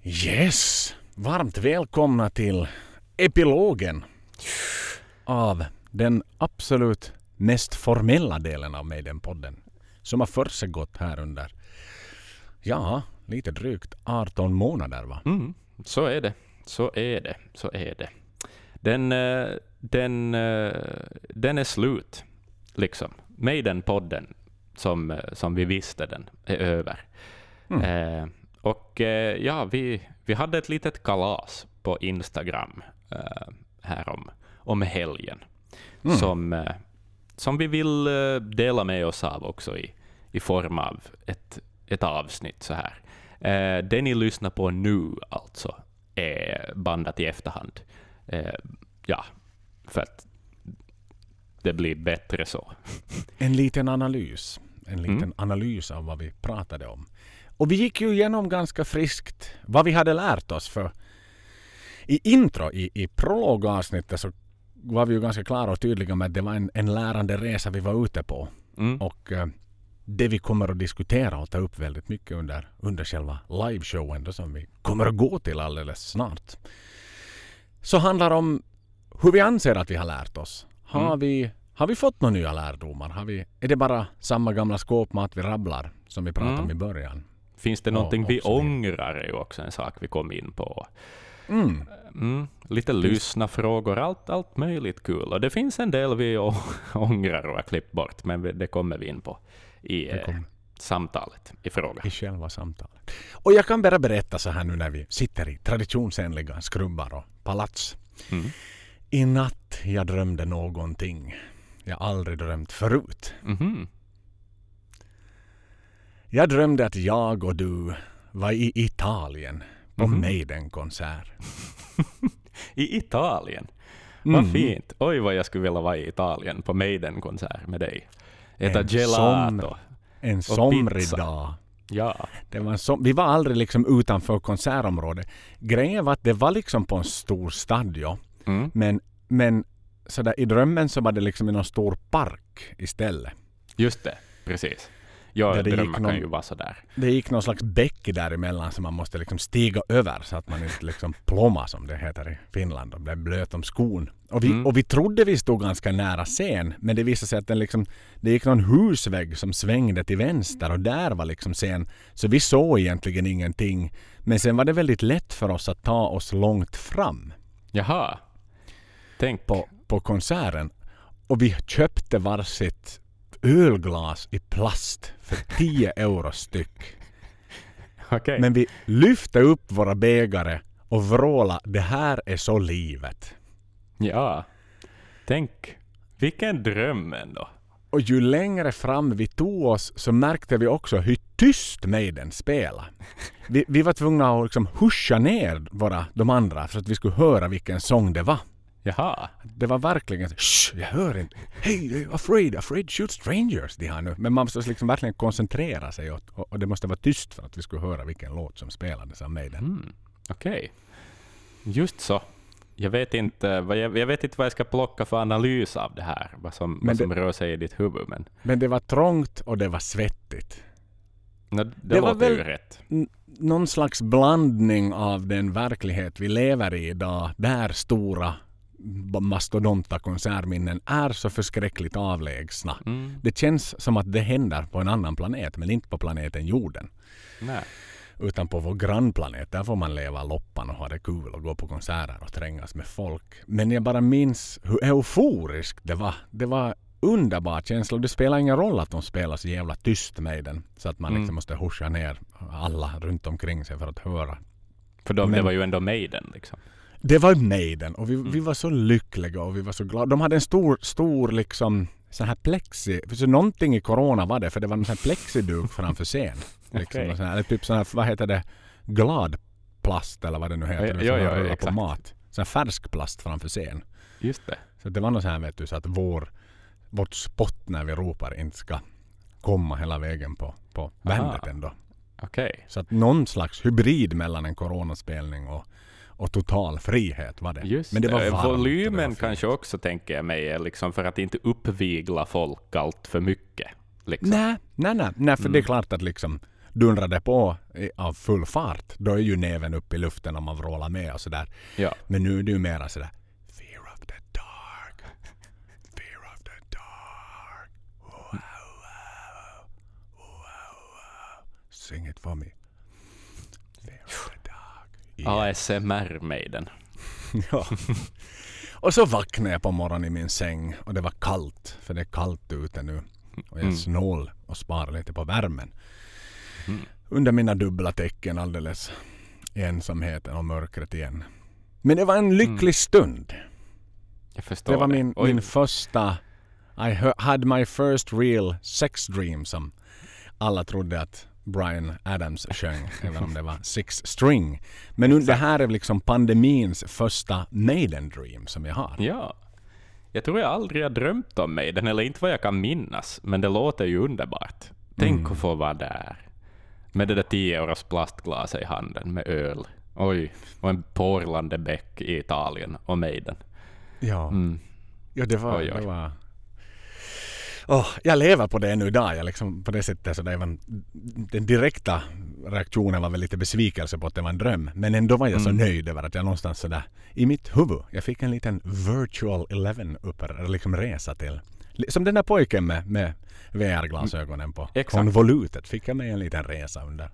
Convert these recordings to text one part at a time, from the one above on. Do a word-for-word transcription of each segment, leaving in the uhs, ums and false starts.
Yes! Varmt välkomna till epilogen av den absolut mest formella delen av Maiden-podden som har försiggått här under, ja, lite drygt arton månader, va? Mm, så är det. Så är det. Så är det. Den, eh, den, eh, den är slut, liksom. Maiden-podden, som, eh, som vi visste den, är över. Mm. Eh, och eh, ja, vi, vi hade ett litet kalas på Instagram eh, här om, om helgen. Mm. Som, eh, som vi vill eh, dela med oss av också i, i form av ett, ett avsnitt så här. Eh, det ni lyssnar på nu alltså är bandat i efterhand. Eh, ja, för att det blir bättre så. En liten analys. En liten mm. analys av vad vi pratade om. Och vi gick ju igenom ganska friskt vad vi hade lärt oss, för i intro, i, i prologavsnittet så var vi ju ganska klara och tydliga med att det var en, en lärande resa vi var ute på. Mm. Och eh, det vi kommer att diskutera och ta upp väldigt mycket under, under själva liveshowen då, som vi kommer att gå till alldeles snart, så handlar om hur vi anser att vi har lärt oss. Har, mm. vi, har vi fått några nya lärdomar? Har vi, är det bara samma gamla skåpmat vi rabblar som vi pratade mm. om i början? Finns det någonting och, vi ångrar är ju också en sak vi kom in på. Mm. Mm, lite lyssna frågor, allt, allt möjligt kul. Och det finns en del vi å- ångrar och har klippt bort, men det kommer vi in på i eh, samtalet i fråga. I själva samtalet. Och jag kan bara berätta så här nu när vi sitter i traditionsenliga skrubbar och palats. Mm. I natt jag drömde någonting jag aldrig drömt förut. Mm-hmm. Jag drömde att jag och du var i Italien på mm-hmm. Maiden-konsert. I Italien? Mm. Vad fint. Oj, vad jag skulle vilja vara i Italien på Maiden-konsert med dig. Äta en gelato. Som, en somrig dag. Ja. Det var en som, vi var aldrig liksom utanför konsertområdet. Grejen var att det var liksom på en stor stadion. Mm. Men, men så där, i drömmen så var det liksom i någon stor park istället. Just det, precis. Ja, drömmar kan ju vara så där. Det gick någon slags bäck däremellan som man måste liksom stiga över så att man inte liksom plomma, som det heter i Finland, och blev blöt om skon. Och vi, mm. och vi trodde vi stod ganska nära scen, men det visade sig att den liksom, det gick någon husvägg som svängde till vänster och där var liksom scen. Så vi såg egentligen ingenting. Men sen var det väldigt lätt för oss att ta oss långt fram. Jaha. Tänk. På, på konserten. Och vi köpte varsitt ölglas i plast för tio euro styck. Okay. Men vi lyfte upp våra bägare och vråla, det här är så livet. Ja, tänk, vilken dröm ändå. Och ju längre fram vi tog oss så märkte vi också hur tyst Maiden spelade. Vi, vi var tvungna att liksom huscha ner våra, de andra för att vi skulle höra vilken sång det var. Jaha. Det var verkligen så, shh, jag hör inte. Hey, afraid, afraid shoot strangers, de har nu. Men man måste liksom verkligen koncentrera sig och, och det måste vara tyst för att vi skulle höra vilken låt som spelades av Maiden. Mm. Okej. Okay. Just så. Jag vet inte vad jag, jag vet inte vad jag ska plocka för analys av det här, vad som, vad som det, rör sig i ditt huvud. Men, men det var trångt och det var svettigt. No, det det var väl ju rätt. N- någon slags blandning av den verklighet vi lever i idag, där stora mastodonta konsertminnen är så förskräckligt avlägsna. Mm. Det känns som att det händer på en annan planet, men inte på planeten jorden. Nej. Utan på vår grannplanet, där får man leva loppan och ha det kul och gå på konserter och trängas med folk. Men jag bara minns hur euforiskt det var. Det var underbar känsla. Det spelar ingen roll att de spelar så jävla tyst med den, så att man mm. liksom måste huscha ner alla runt omkring sig för att höra. För de, Men, det var ju ändå Maiden liksom. Det var Maiden och vi, mm. vi var så lyckliga och vi var så glada. De hade en stor, stor liksom så här plexi. För så någonting i corona var det, för det var en sån här plexiduk framför scen. Liksom, okay. Sån här, eller typ sån här, vad heter det? Gladplast eller vad det nu heter. Ja, ja, ja, på mat. Sån här färsk plast framför scen. Just det. Så det var något så här, vet du, så att vår, vårt spott när vi ropar inte ska komma hela vägen på, på bandet ändå. Okej. Okay. Så att någon slags hybrid mellan en coronaspelning och och total frihet var det. Just men det var varmt, volymen det var kanske också, tänker jag mig, är liksom för att inte uppvigla folk allt för mycket. Liksom. Nej, nej, nej, nej, för mm. det är klart att liksom dundrade på i, av full fart, då är ju näven upp i luften om man vrålar med och sådär. Ja. Men nu är det ju mera sådär fear of the dark, fear of the dark, wow, wow, wow, wow. Sing it for me. Fear of the dark. Yeah. A S M R Maiden. Ja. Och så vaknade jag på morgonen i min säng och det var kallt, för det är kallt ute nu. Och jag är Mm. snål och sparar lite på värmen. Mm. Under mina dubbla tecken alldeles i ensamheten och mörkret igen. Men det var en lycklig Mm. stund. Jag förstår Det var det. min, Oj. min första... I he- had my first real sex dream, som alla trodde att Bryan Adams sjöng, även om det var Six String. Men nu, det här är liksom pandemins första Maiden dream som jag har. Ja. Jag tror jag aldrig har drömt om Maiden, eller inte vad jag kan minnas, men det låter ju underbart. Tänk Mm. att få vara där. Med det där tio euros plastglaset i handen med öl. Oj, och en porlande bäck i Italien och Maiden. Ja, Mm. ja det var... Oj, oj. Det var... Oh, jag lever på det nu idag. Jag liksom, på det sättet så det var en, den direkta reaktionen var väl lite besvikelse på att det var en dröm. Men ändå var jag så Mm. nöjd över att jag någonstans sådär i mitt huvud, jag fick en liten virtual eleven upper, liksom resa till. Som den där pojken med, med V R-glasögonen på Exakt. konvolutet fick jag med en liten resa under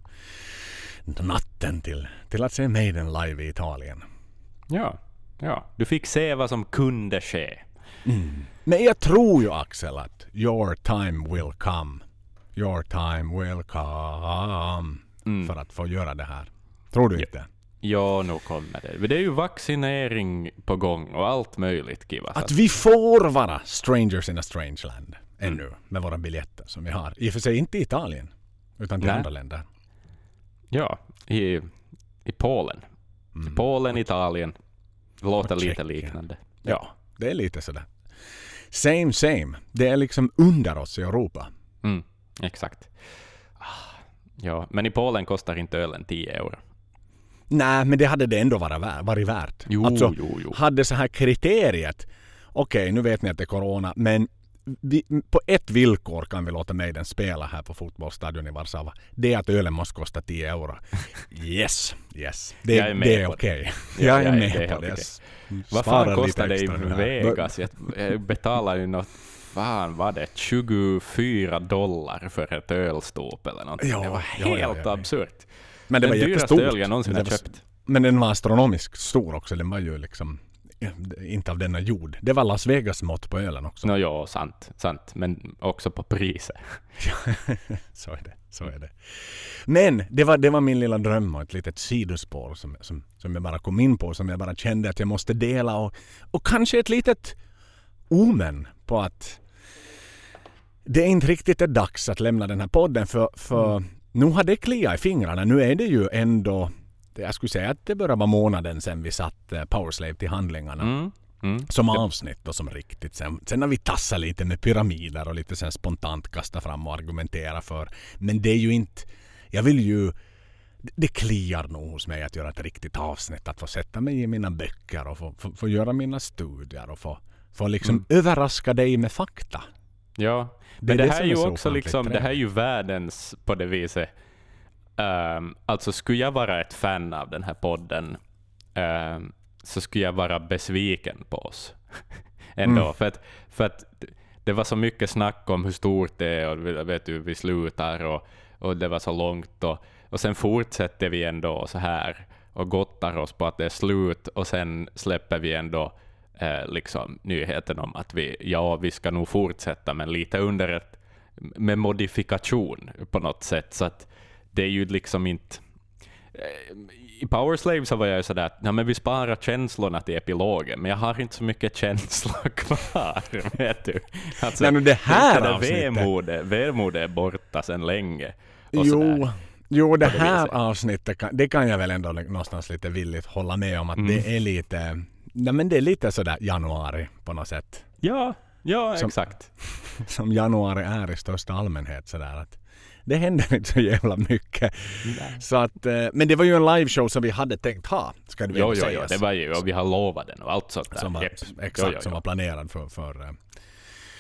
natten till, till att se Maiden live i Italien. Ja, ja. Du fick se vad som kunde ske. Mm. Men jag tror ju, Axel, att your time will come. Your time will come. Mm. För att få göra det här. Tror du inte? Ja, nu kommer det. Det är ju vaccinering på gång och allt möjligt, Kiva. Att vi får vara strangers in a strange land ännu mm. med våra biljetter som vi har. I och för sig inte i Italien, utan till Nej. andra länder. Ja, i, i Polen. Mm. Polen, Italien. Låter Och lite Tjeckien. liknande. Ja, det är lite sådär. Same, same. Det är liksom under oss i Europa. Mm, exakt. Ah, ja, men i Polen kostar inte ölen tio euro. Nej, men det hade det ändå varit, vär- varit värt. Jo, alltså, jo, jo. hade så här kriteriet. Okej, okay, nu vet ni att det är corona, men vi, på ett villkor kan vi låta Maiden spela här på fotbollsstadion i Warszawa. Det är att ölen måste kosta tio euro. Yes, yes. Det, Jag är med det är på okej. det. Jag Ja, är ja, med det är på helt det. okej. Vad Sparar fan lite kostar det i extra nu här. Vegas? Jag, jag betalar ju något, fan var det, tjugofyra dollar för ett ölstop eller någonting. Ja, det var ja, ja, helt ja, ja. absurt. Men det Den var dyraste jättestort. öl jag någonsin Men har det var- köpt. Men den var astronomiskt stor också. Den var ju liksom inte av denna jord. Det var Las Vegas mått på ölen också. Nå, ja, sant, sant. Men också på priset. Så är det, så är det. Men det var, det var min lilla dröm och ett litet sidospår som, som, som jag bara kom in på, som jag bara kände att jag måste dela och, och kanske ett litet omen på att det inte riktigt är dags att lämna den här podden för, för mm. nu har det kliat i fingrarna. Nu är det ju ändå, jag skulle säga att det börjar vara månaden sedan vi satt Powerslave till handlingarna. Mm. Mm. Som avsnitt och som riktigt. Sen, sen har vi tassat lite med pyramider och lite sen spontant kasta fram och argumentera för. Men det är ju inte... Jag vill ju... Det kliar nog hos mig att göra ett riktigt avsnitt. Att få sätta mig i mina böcker och få, få, få göra mina studier och få, få liksom Mm. överraska dig med fakta. Ja, Det men är det, det här som är är ju så också ofantligt liksom, det här är trevligt. ju världens på det viset. Um, alltså skulle jag vara ett fan av den här podden um, så skulle jag vara besviken på oss. Ändå, Mm. för, att, för att det var så mycket snack om hur stort det är och vet du, vi slutar och, och det var så långt och, och sen fortsätter vi ändå så här och gottar oss på att det är slut och sen släpper vi ändå eh, liksom nyheten om att vi, ja, vi ska nog fortsätta men lite under ett med modifikation på något sätt, så att det är ju liksom inte i Powerslave så var jag ju sådär att ja, men vi sparar känslorna till epilogen, men jag har inte så mycket känslor kvar, vet du. Alltså, Nej, men det här det där avsnittet- vemodet, vemodet är borta sedan länge. Och Jo, sådär. jo, det På det här viset. avsnittet kan, det kan jag väl ändå någonstans lite villigt hålla med om att Mm. det är lite... Nej, men det är lite sådär januari på något sätt. Ja, ja Som- exakt. Som januari är i största allmänhet sådär att det händer inte så jävla mycket. Så att, eh, men det var ju en liveshow som vi hade tänkt ha, ska det väl Jo, jo, jo, sägas. det var ju, och vi har lovat den och allt sånt där. som var, Jepp. exakt, Jo, jo, jo. som var planerad för, för eh,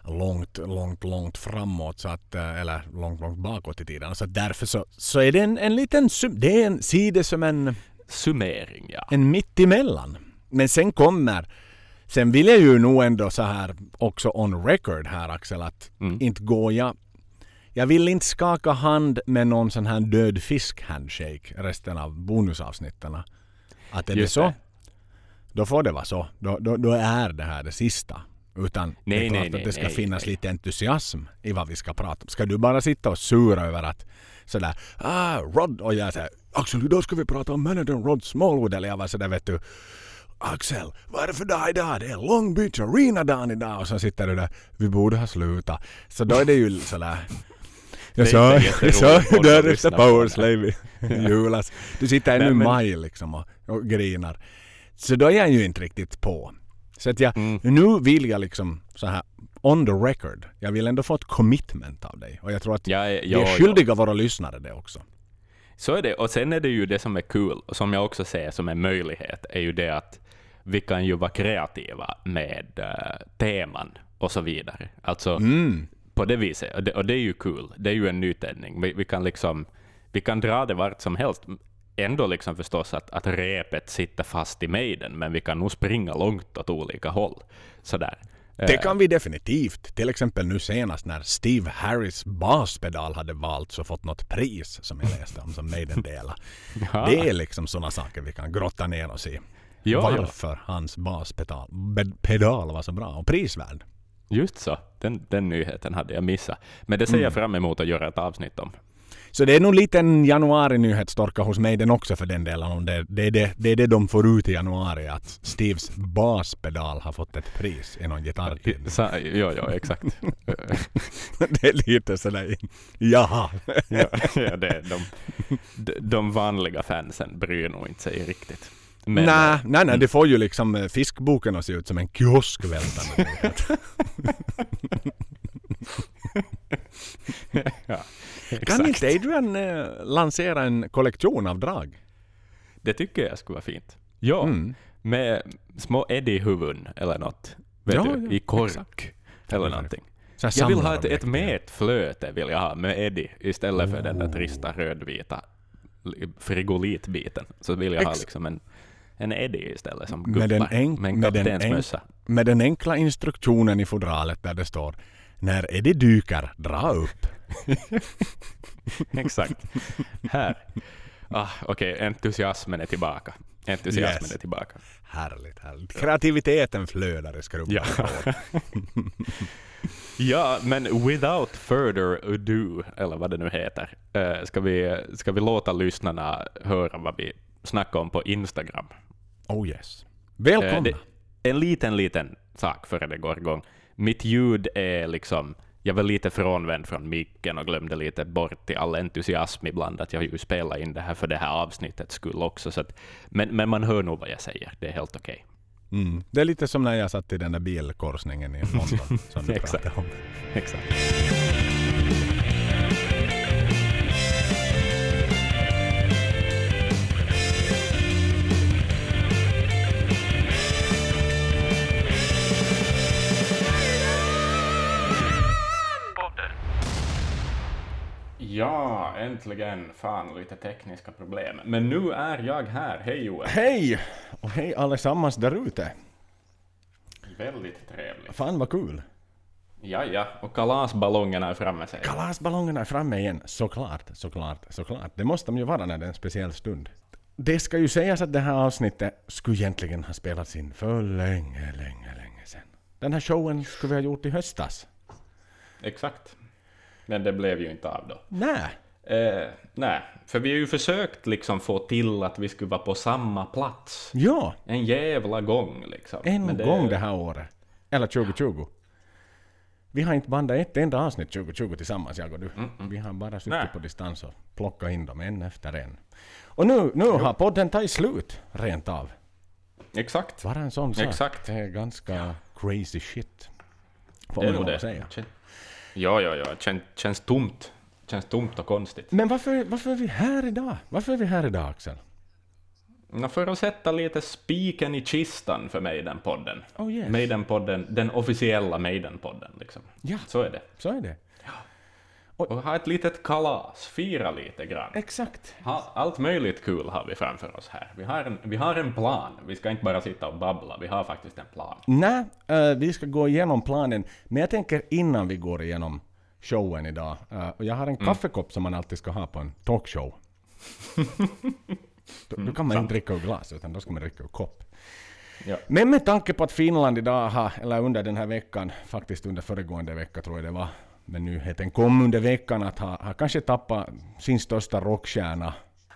långt, långt, långt framåt så att, eller långt, långt bakåt i tiden. Så därför så, så är det en, en liten, det är en sida som en summering, ja. En mitt emellan. Men sen kommer, sen vill jag ju nog ändå så här också on record här, Axel, att mm. inte gå jag, jag vill inte skaka hand med någon sån här död fisk handshake resten av bonusavsnitterna. Att är Just det så, det. Då får det vara så. Då, då, då är det här det sista. Utan nej, det är klart nej, att det nej, ska nej, finnas nej. lite entusiasm i vad vi ska prata om. Ska du bara sitta och sura över att sådär, ah, Rod, och jag säger, Axel, idag ska vi prata om managern Rod Smallwood, eller jag var sådär, vet du, Axel, vad är det för dag idag? Det är Long Beach Arena-dagen idag. Och så sitter du där, vi borde ha slutat. Så då är det ju sådär, jag sa, jag sa där efter Powerslave i julas. Du sitter ännu i maj liksom och, och grinar. Så då är jag ju inte riktigt på. Så att jag, mm. nu vill jag liksom så här on the record. Jag vill ändå få ett commitment av dig. Och jag tror att ja, ja, vi är skyldiga ja. våra lyssnare det också. Så är det. Och sen är det ju det som är kul, och som jag också ser som en möjlighet, är ju det att vi kan ju vara kreativa med uh, teman och så vidare. Alltså mm. på det viset. Och det, och det är ju kul. Det är ju en nytändning. Vi, vi kan liksom vi kan dra det vart som helst. Ändå liksom förstås att, att repet sitter fast i Maiden, men vi kan nog springa långt åt olika håll. Sådär. Det kan vi definitivt. Till exempel nu senast när Steve Harris baspedal hade valt och fått något pris som jag läste om som Maiden-delar. Ja. Det är liksom sådana saker vi kan grotta ner oss i. Jo, varför jo. hans baspedal pedal var så bra och prisvärd. Just så. Den, den nyheten hade jag missat. Men det ser jag mm. fram emot att göra ett avsnitt om. Så det är nog lite en januari-nyhetstorka hos mig den också för den delen. Om det, det, är det, det är det de får ut i januari, att Steves baspedal har fått ett pris i någon gitarrtid. Jo, jo, exakt. Det är lite sådär, jaha. ja, ja, det är de, de, de vanliga fansen bryr nog inte sig riktigt. Men, nej, nej, nej, det får ju liksom fiskboken att se ut som en kioskvältande. ja, kan inte Adrian eh, lansera en kollektion av drag? Det tycker jag skulle vara fint. Ja, mm. med små Eddie-huvuden eller något. Vet ja, du, ja, i kork exakt. Eller någonting. Jag vill ha ett, ett metflöte vill jag ha med Eddie istället för oh. den där trista rödvita frigolitbiten. Så vill jag Ex- ha liksom en En Eddie istället som gubbar med, den en, med en kaptensmössa. Med, med den enkla instruktionen i fodralet där det står när Eddie dyker, dra upp. Exakt. Här. Ah, Okej, okay. entusiasmen är tillbaka. Entusiasmen yes. är tillbaka. Härligt, härligt. Kreativiteten flödar i skrubban. Ja. Ja, men without further ado, eller vad det nu heter, ska vi, ska vi låta lyssnarna höra vad vi snackar om på Instagram. Oh yes. Välkomna. Det, en liten, liten sak före det går igång. Mitt ljud är liksom, jag var lite frånvänd från micken och glömde lite bort i all entusiasm ibland att jag ju spelar in det här för det här avsnittet skulle också. Så att, men, men man hör nog vad jag säger. Det är helt okej. Okay. Mm. Det är lite som när jag satt i den där bilkorsningen i London. Som du Exakt. om. Exakt. Ja, äntligen. Fan, lite tekniska problem. Men nu är jag här. Hej Joel. Hej! Och hej allesammans där ute. Väldigt trevligt. Fan vad kul. Ja, ja. Och kalasballongerna är framme sig. Kalasballongerna är framme igen. Såklart, såklart, såklart. Det måste de ju vara när det är en speciell stund. Det ska ju sägas att det här avsnittet skulle egentligen ha spelats in för länge, länge, länge sedan. Den här showen skulle vi ha gjort i höstas. Exakt. Men det blev ju inte av då. Nej. Eh, nej, för vi har ju försökt liksom få till att vi skulle vara på samma plats. Ja. En jävla gång liksom. En Men det... gång det här året. Eller tjugo tjugo. Vi har inte bandat ett enda avsnitt tjugo tjugo tillsammans, jag och du. Mm, mm. Vi har bara suttit nej. på distans och plockat in dem en efter en. Och nu, nu har podden tagit slut, rent av. Exakt. Bara en sån sak. Exakt. Det är ganska ja. crazy shit. Får det man det. säga. Ja, ja, ja. Kän, känns tomt. Känns tomt och konstigt. Men varför, varför är vi här idag? Varför är vi här idag, Axel? Ja, för att sätta lite spiken i kistan för Maiden-podden. Oh yes. Maiden-podden, den officiella Maiden-podden. Liksom. Ja, så är det. Så är det. Och, och ha ett litet kalas, fira lite grann. Exakt. Ha, allt möjligt kul har vi framför oss här. Vi har, en, vi har en plan. Vi ska inte bara sitta och babbla, vi har faktiskt en plan. Nej, uh, vi ska gå igenom planen. Men jag tänker innan vi går igenom showen idag. Uh, och jag har en mm. kaffekopp som man alltid ska ha på en talkshow. Då, då kan man inte dricka ur glas, utan då ska man dricka ur kopp. Ja. Men med tanke på att Finland idag har, eller under den här veckan, faktiskt under föregående vecka tror jag det var, men nyheten kom under veckan att ha, ha kanske tappat sin största rockstjärna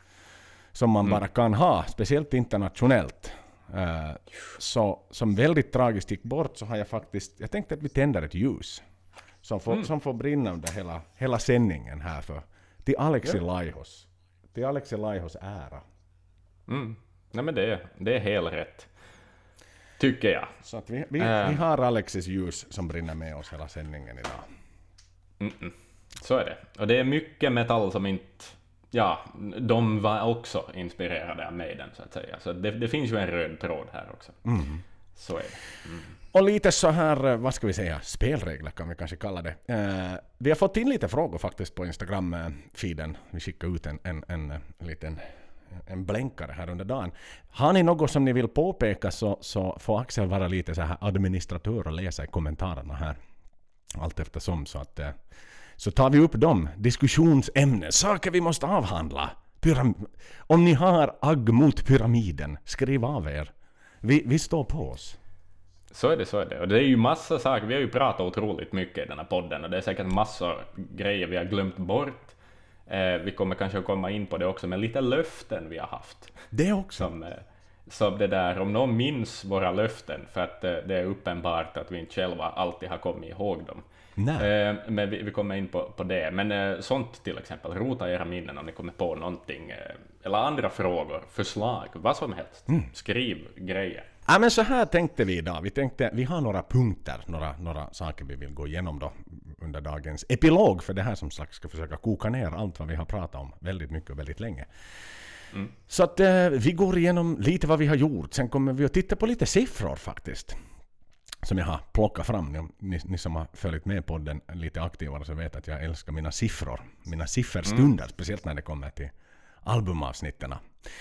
som man mm. bara kan ha, speciellt internationellt. Uh, så som väldigt tragiskt gick bort, så har jag faktiskt, jag tänkte att vi tänder ett ljus som får, mm. som får brinna under hela, hela sändningen här för, till Alexi ja. Laihos. Till Alexi Laihos ära. Mm. Nej, men det, det är helt rätt. Tycker jag. Så att vi, vi, äh. vi har Alexis ljus som brinner med oss hela sändningen idag. Mm-mm. Så är det. Och det är mycket metall som inte... Ja, de var också inspirerade av Maiden, så att säga. Så det, det finns ju en röd tråd här också. Mm. Så är det. Mm. Och lite så här, vad ska vi säga, spelregler kan vi kanske kalla det. Eh, vi har fått in lite frågor faktiskt på Instagram-feeden. Vi skickar ut en, en, en, en liten... en blänkare här under dagen. Har ni något som ni vill påpeka, så, så får Axel vara lite så här administratör och läsa i kommentarerna här. Allt eftersom, så att så tar vi upp dem. Diskussionsämnen, saker vi måste avhandla. Pyram- Om ni har agg mot pyramiden, skriv av er. Vi, vi står på oss. Så är det, så är det. Och det är ju massa saker, vi har ju pratat otroligt mycket i den här podden, och det är säkert massor grejer vi har glömt bort. Eh, vi kommer kanske att komma in på det också, men lite löften vi har haft. Det också. Som, eh, som det där, om någon minns våra löften, för att eh, det är uppenbart att vi inte själva alltid har kommit ihåg dem. Eh, men vi, vi kommer in på, på det. Men eh, sånt till exempel, rota era minnen om ni kommer på någonting, eh, eller andra frågor, förslag, vad som helst. Mm. Skriv grejer. Ja, men så här tänkte vi idag. Vi tänkte, vi har några punkter, några, några saker vi vill gå igenom då under dagens epilog, för det här som sagt ska försöka koka ner allt vad vi har pratat om väldigt mycket och väldigt länge. Mm. Så att eh, vi går igenom lite vad vi har gjort. Sen kommer vi att titta på lite siffror faktiskt, som jag har plockat fram. Ni, ni som har följt med på den lite aktivare så vet att jag älskar mina siffror. Mina sifferstunder, mm. speciellt när det kommer till albumavsnitterna.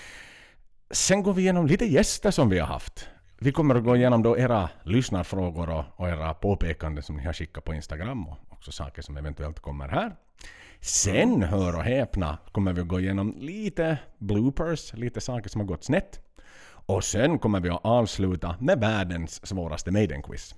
Sen går vi igenom lite gäster som vi har haft. Vi kommer att gå igenom då era lyssnarfrågor och, och era påpekanden som ni har skickat på Instagram, och också saker som eventuellt kommer här. Sen, hör och häpna, kommer vi att gå igenom lite bloopers, lite saker som har gått snett. Och sen kommer vi att avsluta med världens svåraste Maiden-quiz.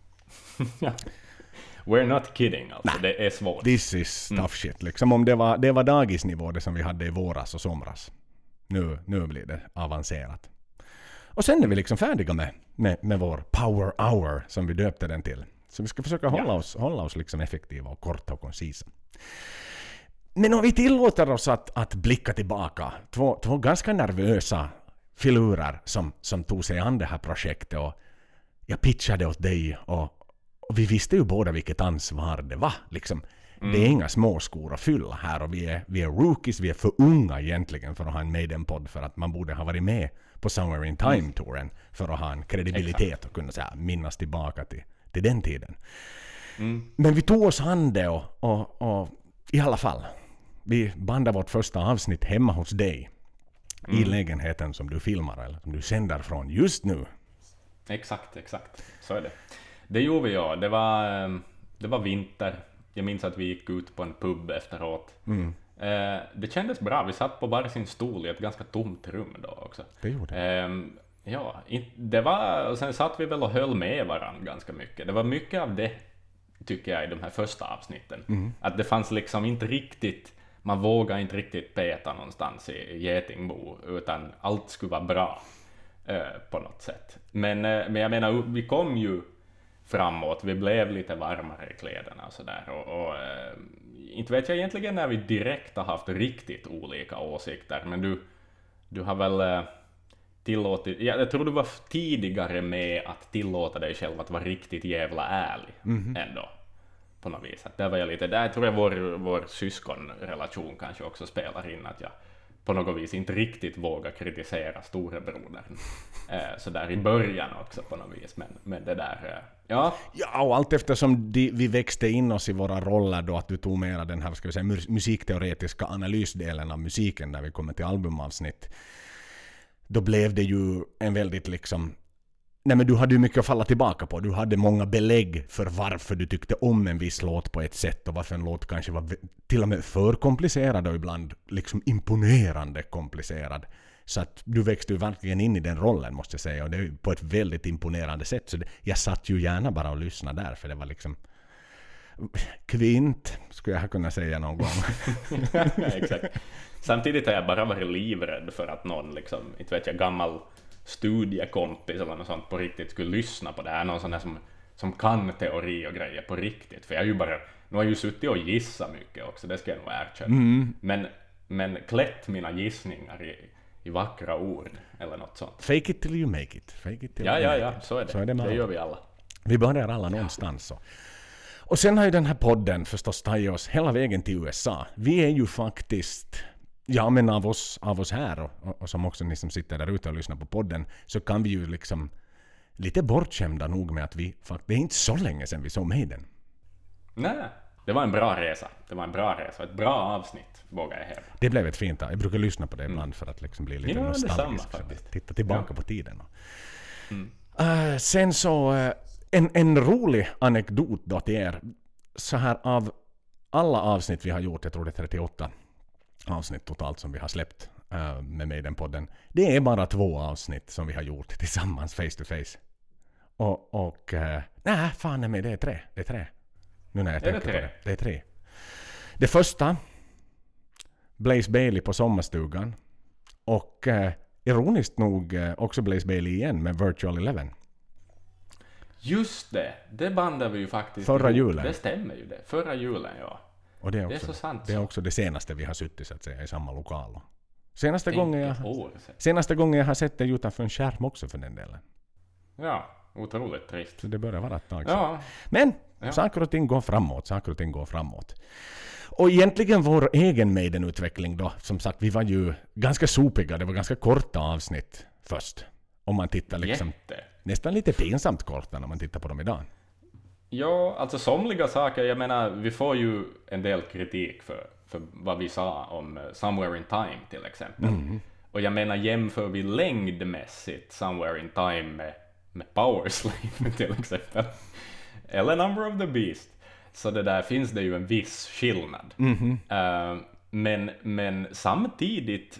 We're not kidding, alltså. Nej, det är svårt. This is tough mm. shit. Liksom om det var, det var dagisnivå det som vi hade i våras och somras. Nu, nu blir det avancerat. Och sen är vi liksom färdiga med, med, med vår power hour som vi döpte den till. Så vi ska försöka hålla ja. oss, hålla oss liksom effektiva och korta och koncisa. Men om vi tillåter oss att, att blicka tillbaka, två, två ganska nervösa filurer som, som tog sig an det här projektet, och jag pitchade åt dig, och, och vi visste ju båda vilket ansvar det var. Liksom. Mm. Det är inga små skor att fylla här, och vi är, vi är rookies, vi är för unga egentligen för att ha en Maiden-podd, för att man borde ha varit med på Somewhere in Time-touren för att ha en kredibilitet. Exakt. Och kunna så här, minnas tillbaka till, till den tiden. Mm. Men vi tog oss an det, och, och, och i alla fall, vi bandade vårt första avsnitt hemma hos dig. Mm. I lägenheten som du filmar eller som du sänder från just nu. Exakt, exakt. Så är det. Det gjorde vi, ja. Det var, det var vinter. Jag minns att vi gick ut på en pub efteråt. Mm. Eh, det kändes bra. Vi satt på varsin stol i ett ganska tomt rum då också. Det gjorde det. Eh, ja, det var, och sen satt vi väl och höll med varandra ganska mycket. Det var mycket av det, tycker jag, i de här första avsnitten. Mm. Att det fanns liksom inte riktigt, man vågar inte riktigt peta någonstans i Getingbo, utan allt skulle vara bra eh, på något sätt. Men, eh, men jag menar, vi kom ju framåt, vi blev lite varmare i kläderna och sådär. Och, och eh, inte vet jag egentligen när vi direkt har haft riktigt olika åsikter, men du, du har väl eh, tillåtit, jag, jag tror du var tidigare med att tillåta dig själv att vara riktigt jävla ärlig mm-hmm. ändå. På något vis. Att där var jag lite, där tror jag vår, vår syskonrelation kanske också spelar in, att jag på något vis inte riktigt våga kritisera storebrodern. Eh, så där i början också på något vis. Men, men det där, eh, ja. Ja, och allt eftersom de, vi växte in oss i våra roller då, att du tog mera den här, ska vi säga, musikteoretiska analysdelen av musiken när vi kommer till albumavsnitt. Då blev det ju en väldigt liksom... Nej, men du hade ju mycket att falla tillbaka på. Du hade många belägg för varför du tyckte om en viss låt på ett sätt och varför en låt kanske var till och med för komplicerad och ibland liksom imponerande komplicerad. Så att du växte ju verkligen in i den rollen, måste jag säga, och det är på ett väldigt imponerande sätt. Så det, jag satt ju gärna bara och lyssnade där, för det var liksom kvint, skulle jag kunna säga någon gång. Exakt. Samtidigt har jag bara varit livrädd för att någon liksom, inte vet jag, gammal studiekompis eller något sånt på riktigt skulle lyssna på det här. Någon sån där som, som kan teori och grejer på riktigt. För jag är ju bara, nu har jag ju suttit och gissat mycket också, det ska jag nog erkänna. Mm. Men, men klätt mina gissningar i, i vackra ord eller något sånt. Fake it till you make it. Fake it till ja, you ja, make ja, it. så är det. Så är det, det gör vi alla. Vi börjar alla någonstans så. Och sen har ju den här podden förstås tagit oss hela vägen till U S A. Vi är ju faktiskt... Ja, men av oss, av oss här och, och, och som också ni som sitter där ute och lyssnar på podden, så kan vi ju liksom lite bortskämda nog med att vi faktiskt, det är inte så länge sedan vi såg Maiden. Nej, det var en bra resa. Det var en bra resa, ett bra avsnitt, vågar jag hävda. Det blev ett fint. Jag brukar lyssna på det ibland mm. för att liksom bli lite ja, nostalgisk. Detsamma, faktiskt. Titta tillbaka ja. på tiden. Mm. Uh, sen så, uh, en, en rolig anekdot då till er. Så här, av alla avsnitt vi har gjort, jag tror det är trettioåtta avsnitt totalt som vi har släppt uh, med Maiden-podden. Det är bara två avsnitt som vi har gjort tillsammans face to face. Och, och uh, nej, fan nej, det är tre. Det är tre. Nu när jag är tänker det på det. Det är tre. Det första, Blaze Bayley på sommarstugan. Och uh, ironiskt nog uh, också Blaze Bayley igen med Virtual Eleven. Just det, det bandade vi ju faktiskt förra ihop. julen. Det stämmer ju det. Förra julen, ja. Och det är, också, det är så sant. Det är också det senaste vi har suttit så att säga i samma lokal. Senaste Tänk gången jag senaste gången jag har sett det utanför en skärm också för den delen. Ja, otroligt trist. Så det börjar vara ett tag. Ja. Men ja. saker och ting går framåt, saker och ting går framåt. Och egentligen vår egen Maiden-utveckling då, som sagt, vi var ju ganska sopiga, det var ganska korta avsnitt först. Om man tittar liksom Jätte. nästan lite pinsamt korta när man tittar på dem idag. Ja, alltså somliga saker, jag menar, vi får ju en del kritik för, för vad vi sa om Somewhere in Time till exempel. Mm. Och jag menar, jämför vi längdmässigt Somewhere in Time med, med Powerslave till exempel, eller Number of the Beast, så det där finns det ju en viss skillnad. Mm. Uh, men, men samtidigt,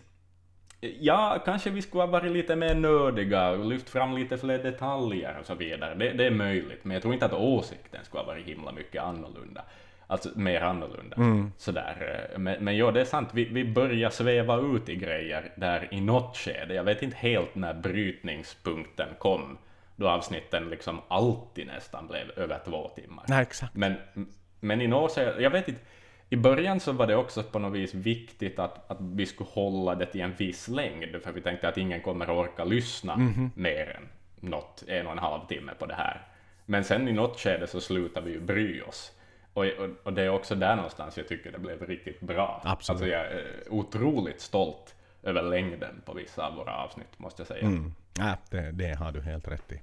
ja, kanske vi skulle ha varit lite mer nördiga och lyft fram lite fler detaljer och så vidare. Det, det är möjligt, men jag tror inte att åsikten skulle ha varit himla mycket annorlunda. Alltså mer annorlunda. Mm. Sådär. Men, men ja, det är sant. Vi, vi börjar sväva ut i grejer där i något skede. Jag vet inte helt när brytningspunkten kom. Då avsnitten liksom alltid nästan blev över två timmar. Nej, exakt. Men, men i något skede, jag vet inte. I början så var det också på något vis viktigt att, att vi skulle hålla det till en viss längd, för vi tänkte att ingen kommer att orka lyssna mm-hmm. mer än något, en och en halv timme på det här. Men sen i något skede så slutar vi ju bry oss. Och, och, och det är också där någonstans jag tycker det blev riktigt bra. Absolut. Alltså jag är otroligt stolt över längden på vissa av våra avsnitt, måste jag säga. Mm. Ja, det, det har du helt rätt i.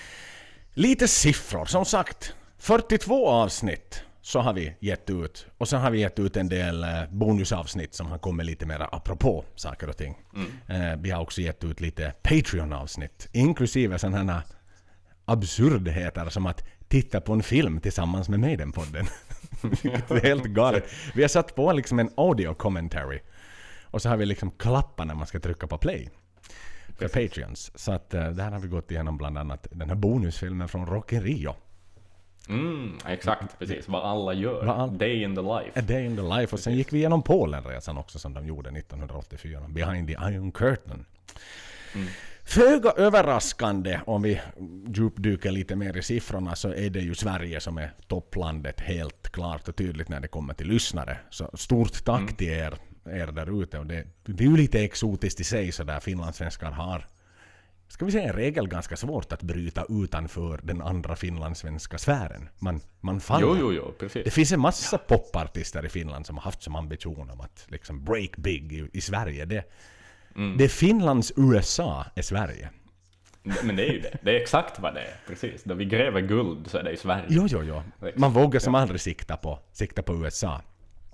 Lite siffror, som sagt. fyrtiotvå avsnitt så har vi gett ut. Och sen har vi gett ut en del eh, bonusavsnitt som har kommit lite mer apropå saker och ting. Mm. Eh, vi har också gett ut lite Patreon-avsnitt. Inklusive sådana här absurdheter som att titta på en film tillsammans med Maiden-podden. Det är helt galet. Vi har satt på liksom en audio commentary. Och så har vi liksom klappar när man ska trycka på play. För Patreons. Så att uh, där har vi gått igenom bland annat den här bonusfilmen från Rock in Rio. Mm, exakt, precis. Vad alla gör. Vad all... Day in the life. A day in the life. Och sen gick vi igenom Polenresan också som de gjorde nittonhundraåttiofyra. Behind the Iron Curtain. Mm. Föga överraskande, om vi djupdyker lite mer i siffrorna, så är det ju Sverige som är topplandet helt klart och tydligt när det kommer till lyssnare. Så stort tack mm. till er, er där ute. Och det, det är ju lite exotiskt i sig så där finlandssvenskar har ska vi säga en regel, ganska svårt att bryta utanför den andra finlandssvenska sfären. Man, man faller. Jo, jo, jo, precis. Det finns en massa ja. popartister i Finland som har haft som ambition om att liksom break big i, i Sverige. Det, mm. det är Finlands U S A är Sverige. Men det är ju det. Det är exakt vad det är. Precis. Då vi gräver guld så är det i Sverige. Jo, jo, jo. Man vågar som ja. aldrig sikta på, sikta på U S A.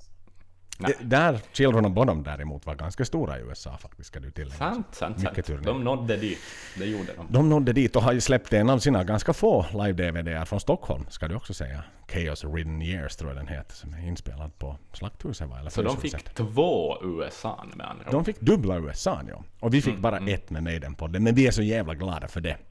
Det, där Children of Bodom däremot var ganska stora i U S A faktiskt, ska du tillägga. Sant, sant, sant. De nådde dit. Det gjorde de. De nådde dit och har ju släppt en av sina ganska få live-D V D-er från Stockholm, ska du också säga. Chaos Ridden Years tror jag den heter, som är inspelad på Slakthuset. Eller så de fick sätt. två U S A med andra. De fick dubbla U S A, ja. Och vi fick mm, bara mm. ett med Maiden-podden, men vi är så jävla glada för det.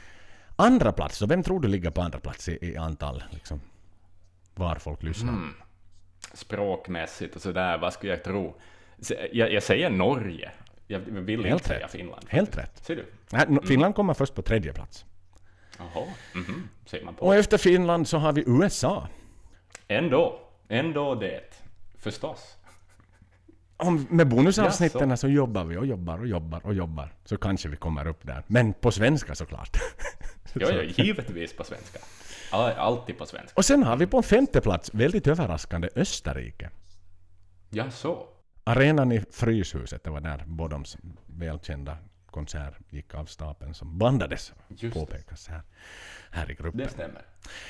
Andra plats, så vem tror du ligger på andra plats i, i antal, liksom, var folk lyssnar? Mm. Språkmässigt och sådär, vad skulle jag tro? Jag, jag säger Norge. Jag vill Helt inte säga rätt. Finland. Helt rätt. Ser du? Nej, Finland kommer först på tredje plats. Jaha, mm-hmm. Ser man på. Och efter Finland så har vi U S A. Ändå, ändå det. Förstås. Om, med bonusavsnitten ja, så. så jobbar vi och jobbar och jobbar och jobbar. Så kanske vi kommer upp där. Men på svenska såklart. Ja, ja, givetvis på svenska. Alltid på svenska. Och sen har vi på en femte plats, väldigt överraskande, Österrike. Ja, så. Arenan i Fryshuset, det var där Bodoms välkända konsert gick av stapeln som bandades, just påpekas här, här i gruppen. Det stämmer.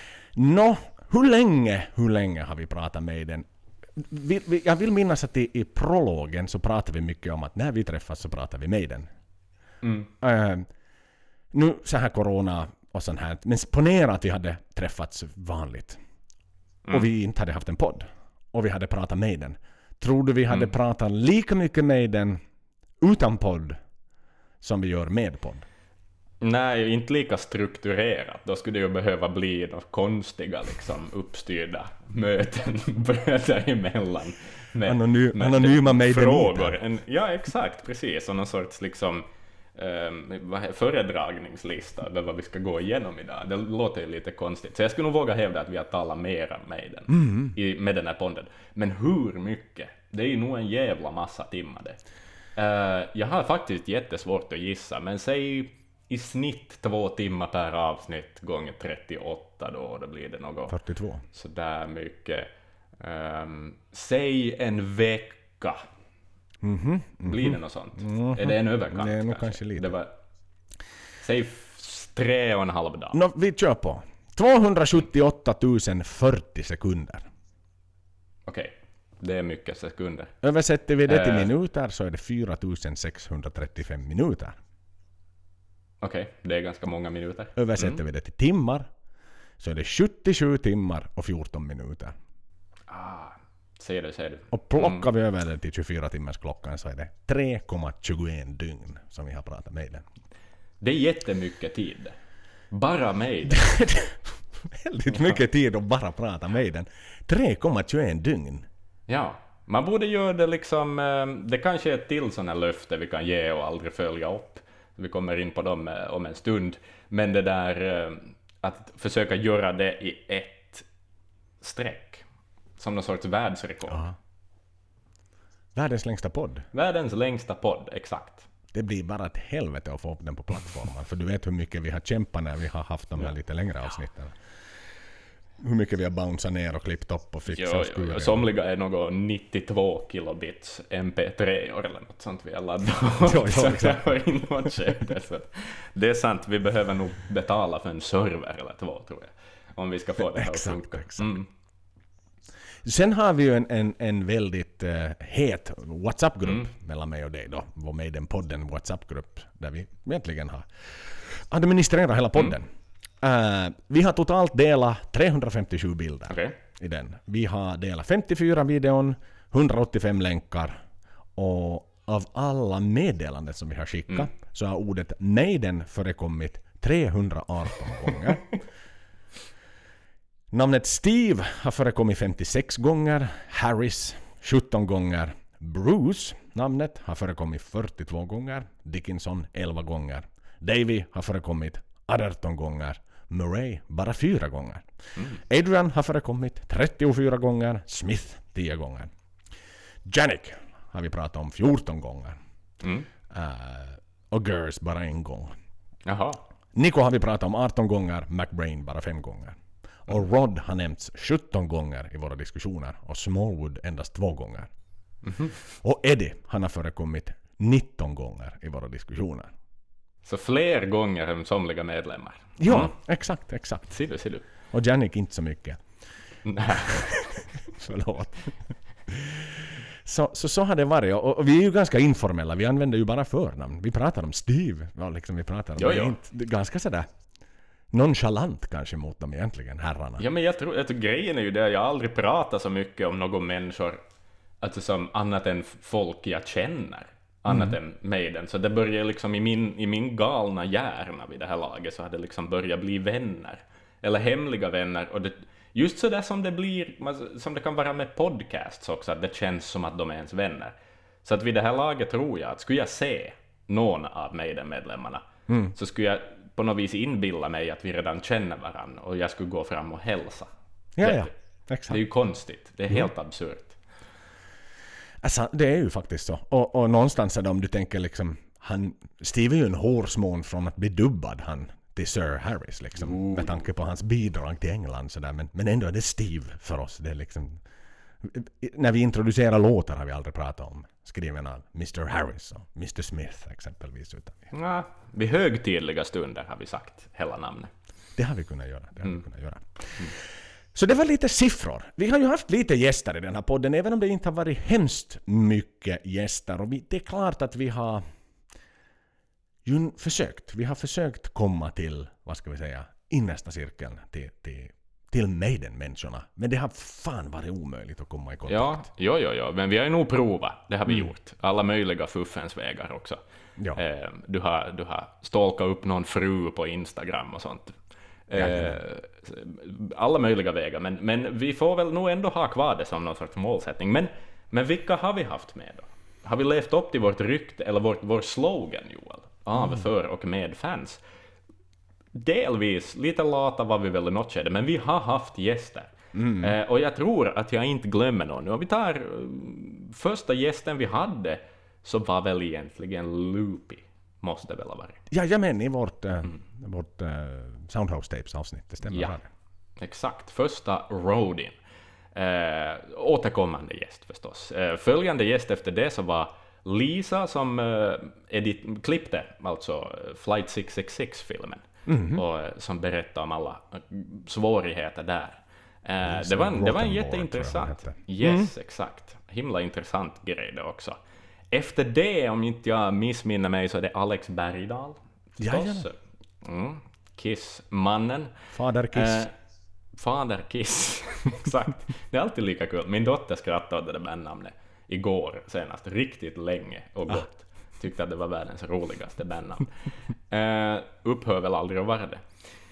Nå, hur länge, hur länge har vi pratat med den? Vi, vi, jag vill minnas att i, i prologen så pratar vi mycket om att när vi träffas så pratar vi med den. Mm. Uh, nu så här corona och sånt här, men ponera att vi hade träffats vanligt mm. och vi inte hade haft en podd och vi hade pratat med den. Tror du vi hade mm. pratat lika mycket med den utan podd som vi gör med podd? Nej, inte lika strukturerat. Då skulle det ju behöva bli något konstiga, liksom, uppstyrda möten bröder emellan. Med, Anony- med anonyma med frågor. En, ja, exakt, precis. Och någon sorts liksom, um, föredragningslista över vad vi ska gå igenom idag. Det låter ju lite konstigt. Så jag skulle nog våga hävda att vi har talat mera med den, mm. i, med den här podden. Men hur mycket? Det är ju nog en jävla massa timmar det. Uh, jag har faktiskt jättesvårt att gissa, men säg i snitt två timmar per avsnitt gånger trettioåtta då, då blir det något fyrtiotvå. Så där mycket. Um, säg en vecka. Mm-hmm, mm-hmm. Blir det något sånt? Mm-hmm. Är det en överkant? Det är nog kanske, kanske lite. Det var, säg f- tre och en halv dag. No, vi kör på. tvåhundrasjuttioåtta tusen fyrtio sekunder. Okej, okay. Det är mycket sekunder. Översätter vi det till uh, minuter så är det fyra tusen sexhundratrettiofem minuter. Okej, okay, det är ganska många minuter. Översätter mm. vi det till timmar så är det sjuttiosju timmar och fjorton minuter. Ah, ser du, ser du. Och plockar mm. vi över det till tjugofyra timmars klockan så är det tre komma tjugoett dygn som vi har pratat med den. Det är jättemycket tid. Bara med den. Väldigt mycket tid att bara prata med den. tre komma tjugoett dygn. Ja, man borde göra det liksom, det kanske är ett till sån här löfte vi kan ge och aldrig följa upp. Vi kommer in på dem om en stund. Men det där att försöka göra det i ett streck. Som någon sorts världsrekord. Aha. Världens längsta podd. Världens längsta podd, exakt. Det blir bara ett helvete att få upp den på plattformen. För du vet hur mycket vi har kämpat när vi har haft de här ja. lite längre avsnitten. Hur mycket vi har bounceat ner och klippt upp och fixat. Jo, jo, somliga är något nittiotvå kilobits M P tre eller något sånt vi har laddat upp. Jo, jo, exakt. Det är sant, vi behöver nog betala för en server eller två tror jag. Om vi ska få det här att funka. Exakt. Mm. Sen har vi ju en, en, en väldigt uh, het WhatsApp-grupp mm. mellan mig och dig då. Vår Maiden-podden WhatsApp-grupp där vi egentligen har administrerat hela podden. Mm. Uh, vi har totalt delat trehundrafemtiosju bilder okay. i den. Vi har delat femtiofyra videon, hundraåttiofem länkar och av alla meddelanden som vi har skickat mm. så har ordet Maiden förekommit trehundraarton gånger. Namnet Steve har förekommit femtiosex gånger, Harris sjutton gånger, Bruce, namnet, har förekommit fyrtiotvå gånger, Dickinson elva gånger, Davey har förekommit arton gånger, Murray bara fyra gånger. Mm. Adrian har förekommit trettiofyra gånger, Smith tio gånger. Janik har vi pratat om fjorton gånger. Mm. Uh, och Gers bara en gång. Jaha. Nico har vi pratat om arton gånger, McBrain bara fem gånger. Och Rod har nämnts sjutton gånger i våra diskussioner och Smallwood endast två gånger. Mm-hmm. Och Eddie, han har förekommit nitton gånger i våra diskussioner. Så fler gånger än somliga medlemmar. Ja, mm. exakt, exakt. Ser du, ser du. Och Jannik inte så mycket. Nej. Förlåt. Så, så så har det varit. Och, och vi är ju ganska informella. Vi använder ju bara förnamn. Vi pratar om Steve. Ja, liksom vi pratar om jo, det. jo. Inte, det är ganska sådär nonchalant kanske mot dem egentligen, herrarna. Ja, men jag tror att grejen är ju det. Jag har aldrig pratat så mycket om någon människor alltså som annat än folk jag känner. Annat mm. än Maiden. Så det börjar liksom i min, i min galna hjärna vid det här laget så hade det liksom börjat bli vänner. Eller hemliga vänner. Och det, just så där som det blir, som det kan vara med podcasts också, att det känns som att de är ens vänner. Så att vid det här laget tror jag att skulle jag se någon av Maiden-medlemmarna mm. så skulle jag på något vis inbilla mig att vi redan känner varandra och jag skulle gå fram och hälsa. Ja, det, ja. Exakt. Det är ju konstigt. Det är mm. helt absurt. Alltså, det är ju faktiskt så. Och, och någonstans är det om du tänker liksom, han, Steve är ju en hårsmån från att bli dubbad han till Sir Harris liksom, mm. med tanke på hans bidrag till England så där. Men, men ändå är det Steve för oss. Det är liksom, när vi introducerar låtar har vi aldrig pratat om skriven av mister Harris och mister Smith exempelvis. Utan vi... Ja, vid högtidliga stunder har vi sagt hela namnet. Det har vi kunnat göra. Det har mm. vi kunnat göra. Mm. Så det var lite siffror. Vi har ju haft lite gäster i den här podden, även om det inte har varit hemskt mycket gäster. Och vi, det är klart att vi har ju försökt. Vi har försökt komma till, vad ska vi säga, innersta cirkeln till, till, till Maiden-människorna. Men det har fan varit omöjligt att komma i kontakt. Ja, jo, jo, jo. Men vi har ju nog provat. Det har vi mm. gjort. Alla möjliga fuffens vägar också. Ja. Eh, du har, du har stalkat upp någon fru på Instagram och sånt. Eh, alla möjliga vägar, men, men vi får väl nog ändå ha kvar det som någon sorts målsättning. Men, men vilka har vi haft med då? Har vi levt upp till vårt rykte, eller vår, vår slogan, Joel? Av, mm. för och med fans. Delvis, lite lata var vi väl i något skede, men vi har haft gäster. Mm. Eh, och jag tror att jag inte glömmer någon. Nu om vi tar uh, första gästen vi hade, så var väl egentligen Loopy. Måste väl ha varit. Ja, jag men i vårt, äh, mm. vårt äh, Soundhouse Tapes avsnitt, det stämmer. Ja, exakt. Första Rodin. Äh, återkommande gäst förstås. Äh, följande gäst efter det så var Lisa som äh, edit- klippte alltså Flight sex sex six-filmen. Mm-hmm. Och äh, som berättade om alla svårigheter där. Äh, det, var en, det var en jätteintressant. Yes, mm. exakt. Himla intressant grej det också. Efter det, om inte jag missminner mig, så är det Alex Bergdahl. Ja, ja. Mm. Kiss-mannen. Fader Kiss. Eh, Fader Kiss, exakt. Det är alltid lika kul. Min dotter skrattade åt det där bandnamnet igår senast, riktigt länge och gott. Ah. Tyckte att det var världens roligaste bandnamn. eh, upphör väl aldrig att vara det.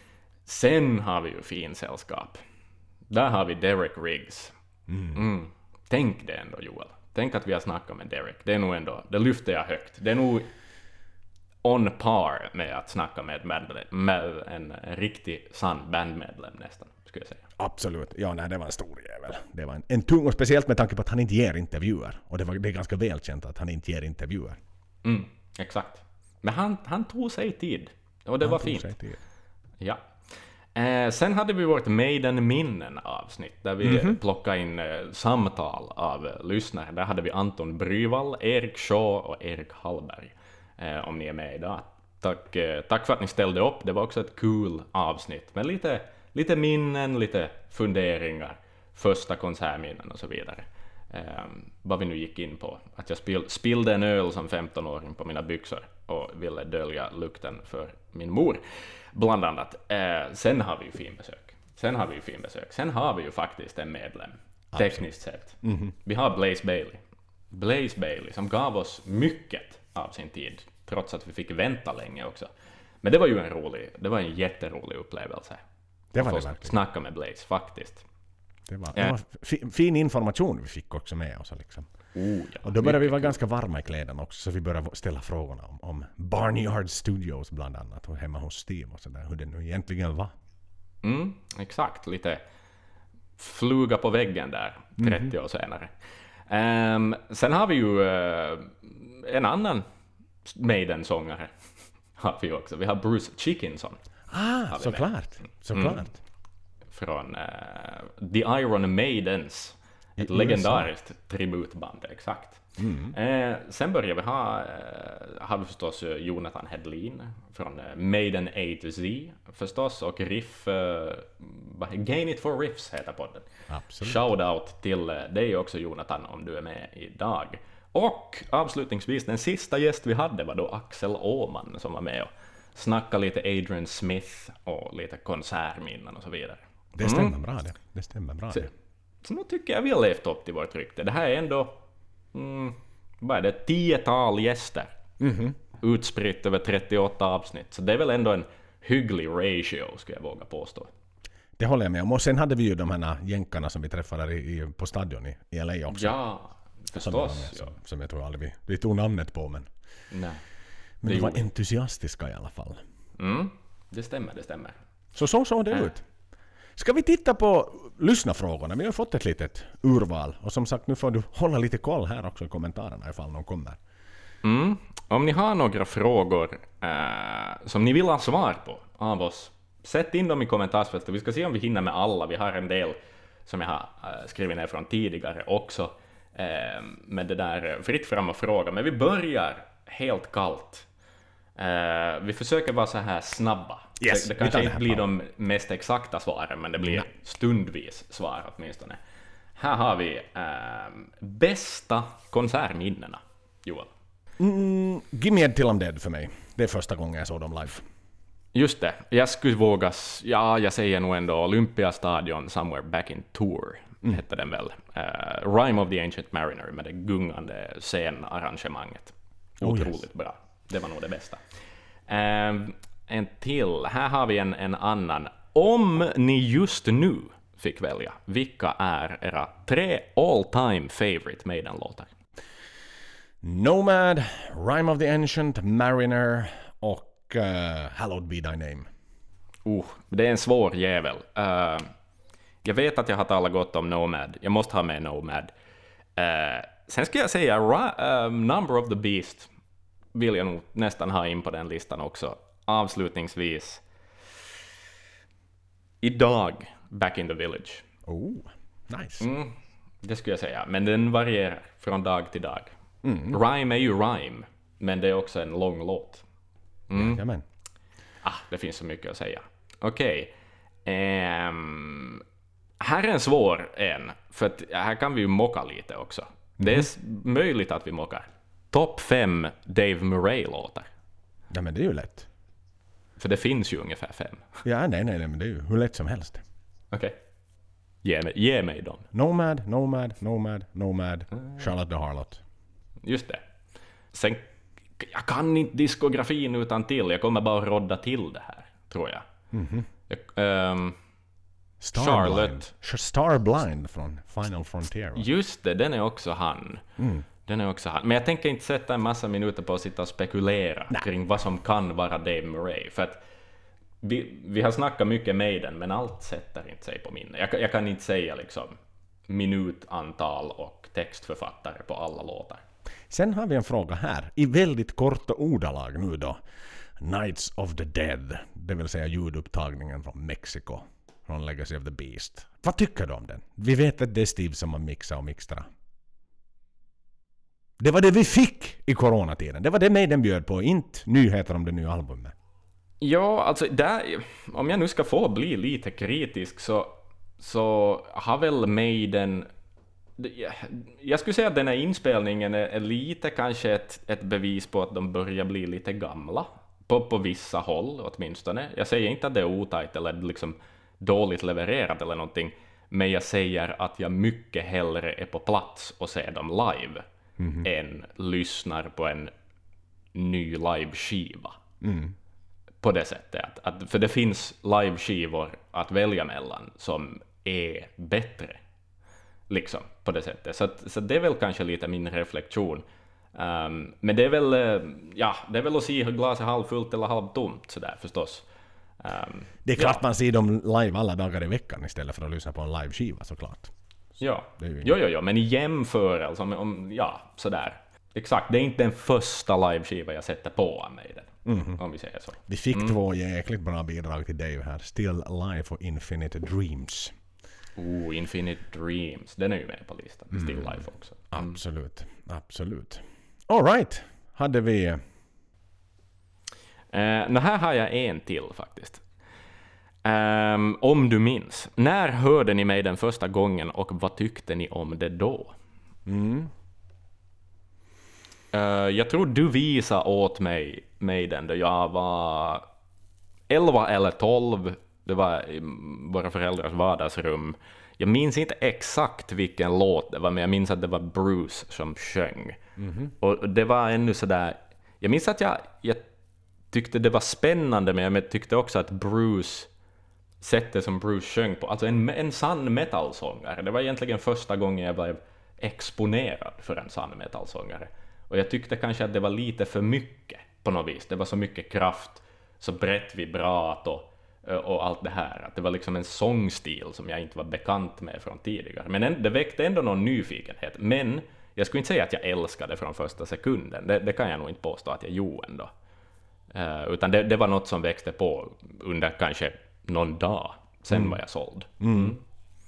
Sen har vi ju fin sällskap. Där har vi Derek Riggs. Mm. Mm. Tänk det ändå, Joel. Tänk att vi har snackat med Derek. Det är nog ändå, det lyfter jag högt. Det är nog on par med att snacka med, med, med en riktig sann bandmedlem nästan, skulle jag säga. Absolut. Ja, nej, det var en stor jävel. Det var en, en tung, och speciellt med tanke på att han inte ger intervjuer. Och det, var, det är ganska välkänt att han inte ger intervjuer. Mm, exakt. Men han, han tog sig tid. Och det han var tog fint. Sig tid. Ja. Eh, sen hade vi vårt Maiden-minnen avsnitt där vi mm-hmm. plockade in eh, samtal av eh, lyssnare. Där hade vi Anton Bryvall, Erik Shaw och Erik Hallberg. Eh, om ni är med idag. Tack, eh, tack för att ni ställde upp. Det var också ett kul avsnitt med lite, lite minnen, lite funderingar, första konsertminnen och så vidare. Eh, vad vi nu gick in på. Att jag spil, spillde en öl som femtonåring på mina byxor och ville dölja lukten för min mor. Bland annat. Eh, sen har vi ju fin besök. Sen har vi ju fin besök. Sen har vi ju faktiskt en medlem. Absolut. Tekniskt sett. Mm-hmm. Vi har Blaze Bayley. Blaze Bayley som gav oss mycket av sin tid. Trots att vi fick vänta länge också. Men det var ju en rolig, det var en jätterolig upplevelse. Det var det verkligen. Snacka med Blaze faktiskt. Det var, det var fin, fin information vi fick också med oss liksom. Oh, ja, och då började vi vara ganska varma i kläderna också, så vi började ställa frågorna om, om Barnyard Studios bland annat och hemma hos Steve och sådär, hur det nu egentligen var. Mm, exakt, lite fluga på väggen där trettio mm. år senare. Um, sen har vi ju uh, en annan Maiden-sångare har vi också. Vi har Bruce Dickinson. Ah, såklart. Såklart. Mm. Från uh, The Iron Maidens. Ett legendariskt tributband, exakt. Mm. Eh, sen börjar vi ha, eh, har vi förstås Jonathan Hedlin från eh, Maiden A to Z förstås, och Riff, eh, Gain It for Riffs heter podden. Absolut. Shoutout till eh, dig också, Jonathan, om du är med idag. Och avslutningsvis, den sista gäst vi hade var då Axel Åman som var med och snackade lite Adrian Smith och lite konsertminnen och så vidare. Det stämmer mm. bra det. Det stämmer bra så, det. Så nu tycker jag vi har levt upp till vårt rykte. Det här är ändå mm, vad är det, tiotal gäster mm-hmm. utspritt över trettioåtta avsnitt. Så det är väl ändå en hygglig ratio, skulle jag våga påstå. Det håller jag med om. Och sen hade vi ju de här jänkarna som vi träffade i, på stadion i, i L A också. Ja, förstås. Som, ja. som, som jag tror aldrig vi, vi tog namnet på. Men, Nej, men de var entusiastiska i alla fall. Mm, det stämmer, det stämmer. Så så såg det äh. ut. Ska vi titta på lyssnarfrågorna? Vi har fått ett litet urval. Och som sagt, nu får du hålla lite koll här också i kommentarerna ifall någon kommer. Mm. Om ni har några frågor äh, som ni vill ha svar på av oss, sätt in dem i kommentarsfältet. Vi ska se om vi hinner med alla. Vi har en del som jag har äh, skrivit ner från tidigare också. Äh, med det där fritt fram och fråga. Men vi börjar helt kallt. Uh, vi försöker vara så här snabba. Yes, det, det kanske inte blir de mest exakta svaren, men det blir Nej. stundvis svar åtminstone. Här har vi uh, bästa konsertminnena, Joel. Mm, Give me a till I'm dead för mig. Det är första gången jag såg dem live. Just det. Jag skulle våga, ja, jag säger nog ändå Olympiastadion Somewhere Back in Tour, mm. hette den väl. Uh, Rime of the Ancient Mariner med det gungande scenarrangemanget. Otroligt oh, yes. bra. Det var nog det bästa. Um, en till. Här har vi en, en annan. Om ni just nu fick välja, vilka är era tre all-time favorite Maiden-låtar? Nomad, Rime of the Ancient Mariner och uh, Hallowed Be Thy Name. Uh, det är en svår jävel. Uh, jag vet att jag har talat gott om Nomad. Jag måste ha med Nomad. Uh, sen ska jag säga uh, Number of the Beast vill jag nog nästan ha in på den listan också. Avslutningsvis. Idag, Back in the Village. Oh, nice. Mm, det skulle jag säga. Men den varierar från dag till dag. Mm. Rime är ju Rime, men det är också en lång låt. Mm. Jamen. Ah, det finns så mycket att säga. Okej. Okay. Um, här är en svår en. För att här kan vi ju mocka lite också. Mm. Det är möjligt att vi mockar. Topp fem Dave Murray-låtar. Ja, men det är ju lätt. För det finns ju ungefär fem. Ja, nej, nej, men det är ju hur lätt som helst. Okej. Okay. Ge mig, ge mig dem. Nomad, Nomad, Nomad, Nomad, mm. Charlotte the Harlot. Just det. Sen, jag kan inte diskografin utan till. Jag kommer bara rodda till det här, tror jag. Mm-hmm. jag um, Charlotte. Starblind från Final Frontier. Va? Just det, den är också han. Mm. Den är också han. Men jag tänker inte sätta en massa minuter på att sitta och spekulera Nej. kring vad som kan vara Dave Murray. För att vi, vi har snackat mycket med den, men allt sätter inte sig på minne. Jag, jag kan inte säga liksom minutantal och textförfattare på alla låtar. Sen har vi en fråga här, i väldigt korta ordalag nu då. Nights of the Dead, det vill säga ljudupptagningen från Mexiko, från Legacy of the Beast. Vad tycker du om den? Vi vet att det är Steve som har mixat och mixtra. Det var det vi fick i coronatiden. Det var det Maiden bjöd på, inte nyheter om det nya albumet. Ja, alltså där, om jag nu ska få bli lite kritisk så, så har väl Maiden... Jag skulle säga att den här inspelningen är, är lite kanske ett, ett bevis på att de börjar bli lite gamla. På, på vissa håll åtminstone. Jag säger inte att det är otajt eller liksom dåligt levererat eller någonting. Men jag säger att jag mycket hellre är på plats och ser dem live. Mm-hmm. än lyssnar på en ny live-skiva. Mm. På det sättet. Att, att, för det finns live-skivor att välja mellan som är bättre. Liksom, på det sättet. Så, att, så det är väl kanske lite min reflektion. Um, men det är väl ja, det är väl att se hur glaset är halvfullt eller halvtomt sådär förstås. Um, det är klart ja. Man ser dem live alla dagar i veckan istället för att lyssna på en live-skiva såklart. Ja, jo, jo, jo, men i jämförelse om, om, ja, sådär. Exakt, det är inte den första live-skiva jag sätter på av mig den. Mm-hmm. Om vi säger så. Vi fick mm. två jäkligt bra bidrag till Dave här. Still Life och Infinite Dreams. Oh, Infinite Dreams. Den är ju med på listan. Mm. Still Life också. Mm. Absolut. Absolut. All right. Hade vi... Uh, no, här har jag en till faktiskt. Um, om du minns. När hörde ni mig den första gången och vad tyckte ni om det då? Mm. Uh, jag tror du visade åt mig, mig den då jag var elva eller tolv. Det var i våra föräldrars vardagsrum. Jag minns inte exakt vilken låt det var, men jag minns att det var Bruce som sjöng. Mm-hmm. Och det var ännu sådär... Jag minns att jag, jag tyckte det var spännande, men jag tyckte också att Bruce... sättet som Bruce sjöng på, alltså en, en sann metalsångare. Det var egentligen första gången jag blev exponerad för en sann metalsångare. Och jag tyckte kanske att det var lite för mycket på något vis. Det var så mycket kraft, så brett vibrat och, och allt det här. Att det var liksom en sångstil som jag inte var bekant med från tidigare. Men en, det väckte ändå någon nyfikenhet. Men jag skulle inte säga att jag älskade från första sekunden. Det, det kan jag nog inte påstå att jag gjorde ändå. Uh, utan det, det var något som växte på under kanske någon dag. Sen mm. var jag såld. Mm. Mm.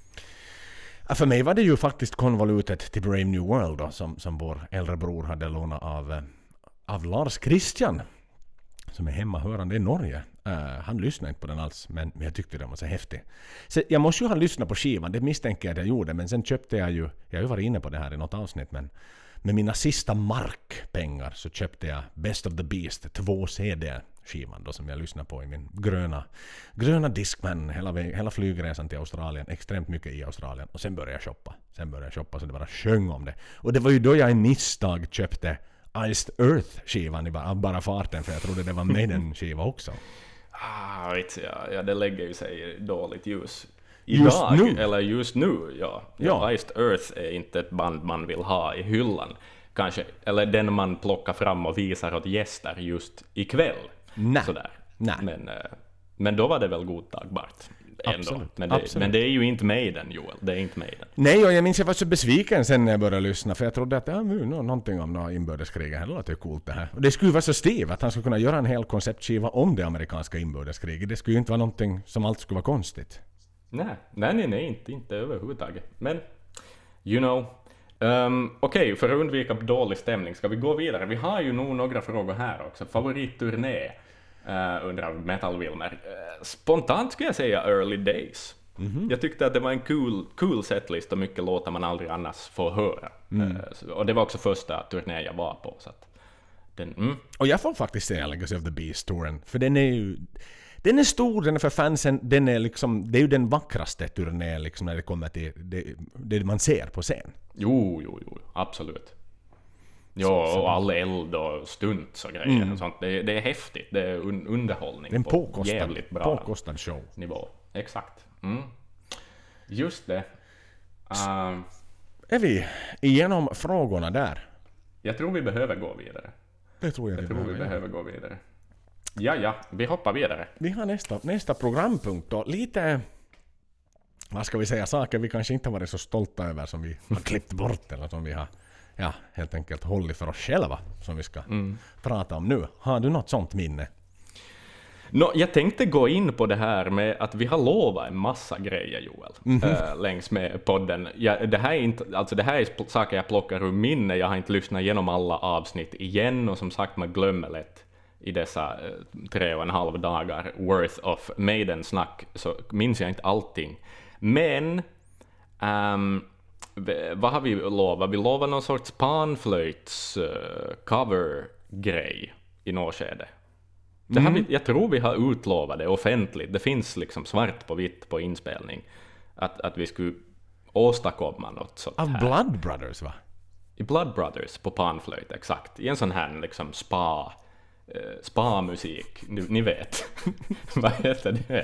Ja, för mig var det ju faktiskt konvolutet till Brave New World då, som, som vår äldre bror hade lånat av, av Lars Christian, som är hemmahörande i Norge. Uh, han lyssnade inte på den alls, men, men jag tyckte den var så häftig. Så jag måste ju ha lyssnat på skivan, det misstänker jag att jag gjorde, men sen köpte jag ju, jag har ju varit inne på det här i något avsnitt, men med mina sista markpengar så köpte jag Best of the Beast, två C D-skivan då, som jag lyssnar på i min gröna, gröna Discman hela, hela flygresan till Australien, extremt mycket i Australien, och sen började jag shoppa. Sen började jag shoppa så det bara sjöng om det. Och det var ju då jag i misstag köpte Iced Earth-skivan i bara, bara farten, för jag trodde det var Maiden-skiva också. Ah, vet jag. Ja, det lägger ju sig dåligt ljus. Just Idag, nu? Eller just nu, ja. Ja. Iced Earth är inte ett band man vill ha i hyllan. Kanske, eller den man plockar fram och visar åt gäster just ikväll. Nej. Sådär. Nej. Men, men då var det väl godtagbart. Ändå. Absolut. Men, det, Absolut. men det är ju inte Maiden, Joel. Det är inte Maiden. Nej, och jag minns jag var så besviken sen när jag började lyssna, för jag trodde att ja, nu någonting om några inbördeskrig. Det låter coolt det här. Och det skulle vara så Steve att han skulle kunna göra en hel konceptskiva om det amerikanska inbördeskriget. Det skulle ju inte vara någonting som allt skulle vara konstigt. Nej, nej, nej, nej inte, inte överhuvudtaget. Men, you know. Um, Okej, okay, för att undvika dålig stämning ska vi gå vidare. Vi har ju nog några frågor här också. Favoritturné uh, undrar Metal Wilmer. Uh, spontant skulle jag säga Early Days. Mm-hmm. Jag tyckte att det var en cool, cool setlist och mycket låtar man aldrig annars får höra. Mm. Uh, så, och det var också första turné jag var på. Så att den, mm. Och jag får faktiskt säga Legacy of the Beast-touren, för den är ju... Den är stor, den är för fansen, den är liksom, det är ju den vackraste turnén liksom när det kommer till det, det man ser på scen. Jo, jo, jo, absolut. Ja, och all eld och stunts och grejer mm. och sånt. Det, det är häftigt, det är un- underhållning en på jävligt bra påkostad show. Nivå. Exakt. Mm. Just det. Uh, är vi igenom frågorna där? Jag tror vi behöver gå vidare. Det tror jag, jag vi, tror behöver, vi behöver gå vidare. Ja, ja, vi hoppar vidare. Vi har nästa, nästa programpunkt då. Lite, vad ska vi säga, saker vi kanske inte har varit så stolta över som vi har klippt bort eller som vi har ja, helt enkelt hållit för oss själva som vi ska mm. prata om nu. Har du något sånt minne? No, jag tänkte gå in på det här med att vi har lovat en massa grejer, Joel, mm-hmm. äh, längs med podden. Ja, det, här är inte, alltså det här är saker jag plockar ur minne. Jag har inte lyssnat igenom alla avsnitt igen, och som sagt, man glömmer lätt i dessa eh, tre och en halv dagar worth of Maiden-snack, så minns jag inte allting. Men um, vad har vi lovat? Vi lovar någon sorts panflöjts uh, cover-grej i något skede. Det här, mm. vi, jag tror vi har utlovat det offentligt. Det finns liksom svart på vitt på inspelning. Att, att vi skulle åstadkomma något sånt här. Av Blood Brothers, va? I Blood Brothers på panflöjt, exakt. I en sån här liksom spa... spa-musik, ni, ni vet. Vad heter det?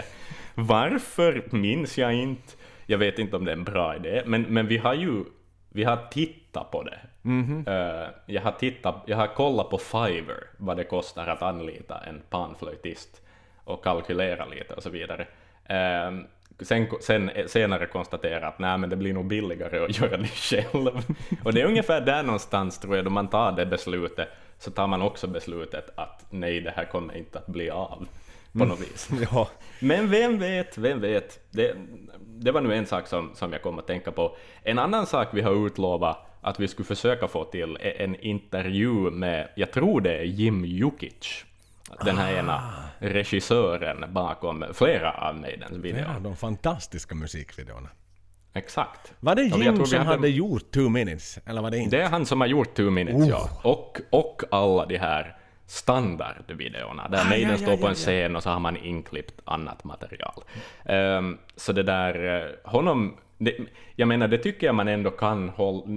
Varför minns jag inte. Jag vet inte om det är en bra idé, men, men vi har ju vi har tittat på det. Mm-hmm. Uh, jag har tittat, jag har kollat på Fiverr vad det kostar att anlita en panflöjtist och kalkylera lite och så vidare. Uh, sen, sen senare konstatera att nej, men det blir nog billigare att göra det själv. Och det är ungefär där någonstans, tror jag, då man tar det beslutet, så tar man också beslutet att nej, det här kommer inte att bli av på något vis. Ja. Men vem vet, vem vet. Det, det var nu en sak som, som jag kom att tänka på. En annan sak vi har utlovat att vi skulle försöka få till är en intervju med, jag tror det är Jim Jukic, den här ah. ena regissören bakom flera av Maidens videor. Ja, de fantastiska musikvideorna. Exakt. Var det Jim som hade... hade gjort Two Minutes? Eller var det inte? Det är han som har gjort Two Minutes, oh. ja. Och, och alla de här standardvideorna där ah, Maiden ja, ja, står på en ja, scen ja. Och så har man inklippt annat material. Um, så det där, honom, det, jag menar det tycker jag man ändå kan hålla,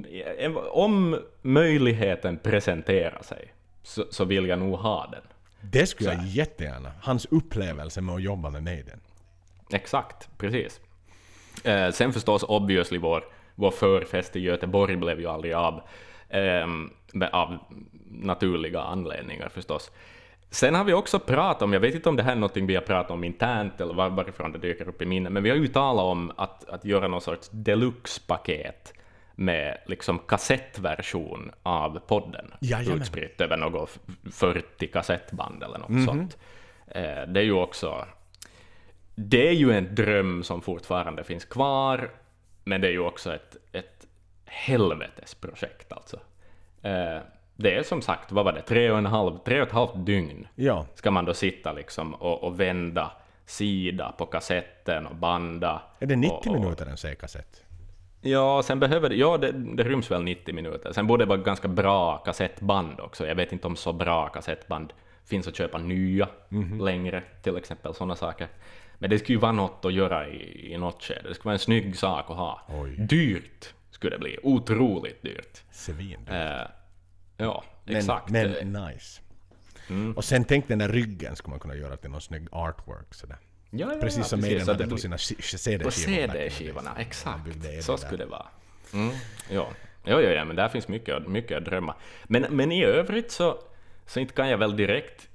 om möjligheten presenterar sig så, så vill jag nog ha den. Det skulle jag jättegärna. Hans upplevelse med att jobba med Maiden. Exakt, precis. Uh, sen förstås obviously vår, vår förfest i Göteborg blev ju aldrig av. Um, av naturliga anledningar förstås. Sen har vi också pratat om, jag vet inte om det här är något vi har pratat om internt eller var, varifrån det dyker upp i minne, men vi har ju talat om att, att göra någon sorts deluxe-paket med liksom kassettversion av podden. Jajamän. Utspritt över något fyrtio kassettband eller något mm-hmm. sånt. Eh, det är ju också det är ju en dröm som fortfarande finns kvar, men det är ju också ett, ett helvetesprojekt alltså. Eh, det är som sagt, vad var det, tre och en halv, tre och ett halvt dygn ja. Ska man då sitta liksom och, och vända sida på kassetten och banda. Är det nittio och, och, minuter en C-kassett? Ja, sen behöver det, ja det, det ryms väl nittio minuter. Sen borde det vara ganska bra kassettband också. Jag vet inte om så bra kassettband finns att köpa nya mm-hmm. längre, till exempel sådana saker. Men det skulle ju vara något att göra i, i något skede. Det skulle vara en snygg sak att ha. Oj. Dyrt skulle det bli, otroligt dyrt. Svindyrt. Eh, ja, men, exakt. Men nice. Mm. Och sen tänk den där ryggen skulle man kunna göra till någon snygg artwork sådär. Ja, ja, precis ja, som Maiden hade på sina C D-skivor. På C D-skivorna, exakt. Så skulle det vara. Mm. Ja. Ja, ja, ja, men där finns mycket, mycket att drömma. Men, men i övrigt så, så inte kan jag väl direkt...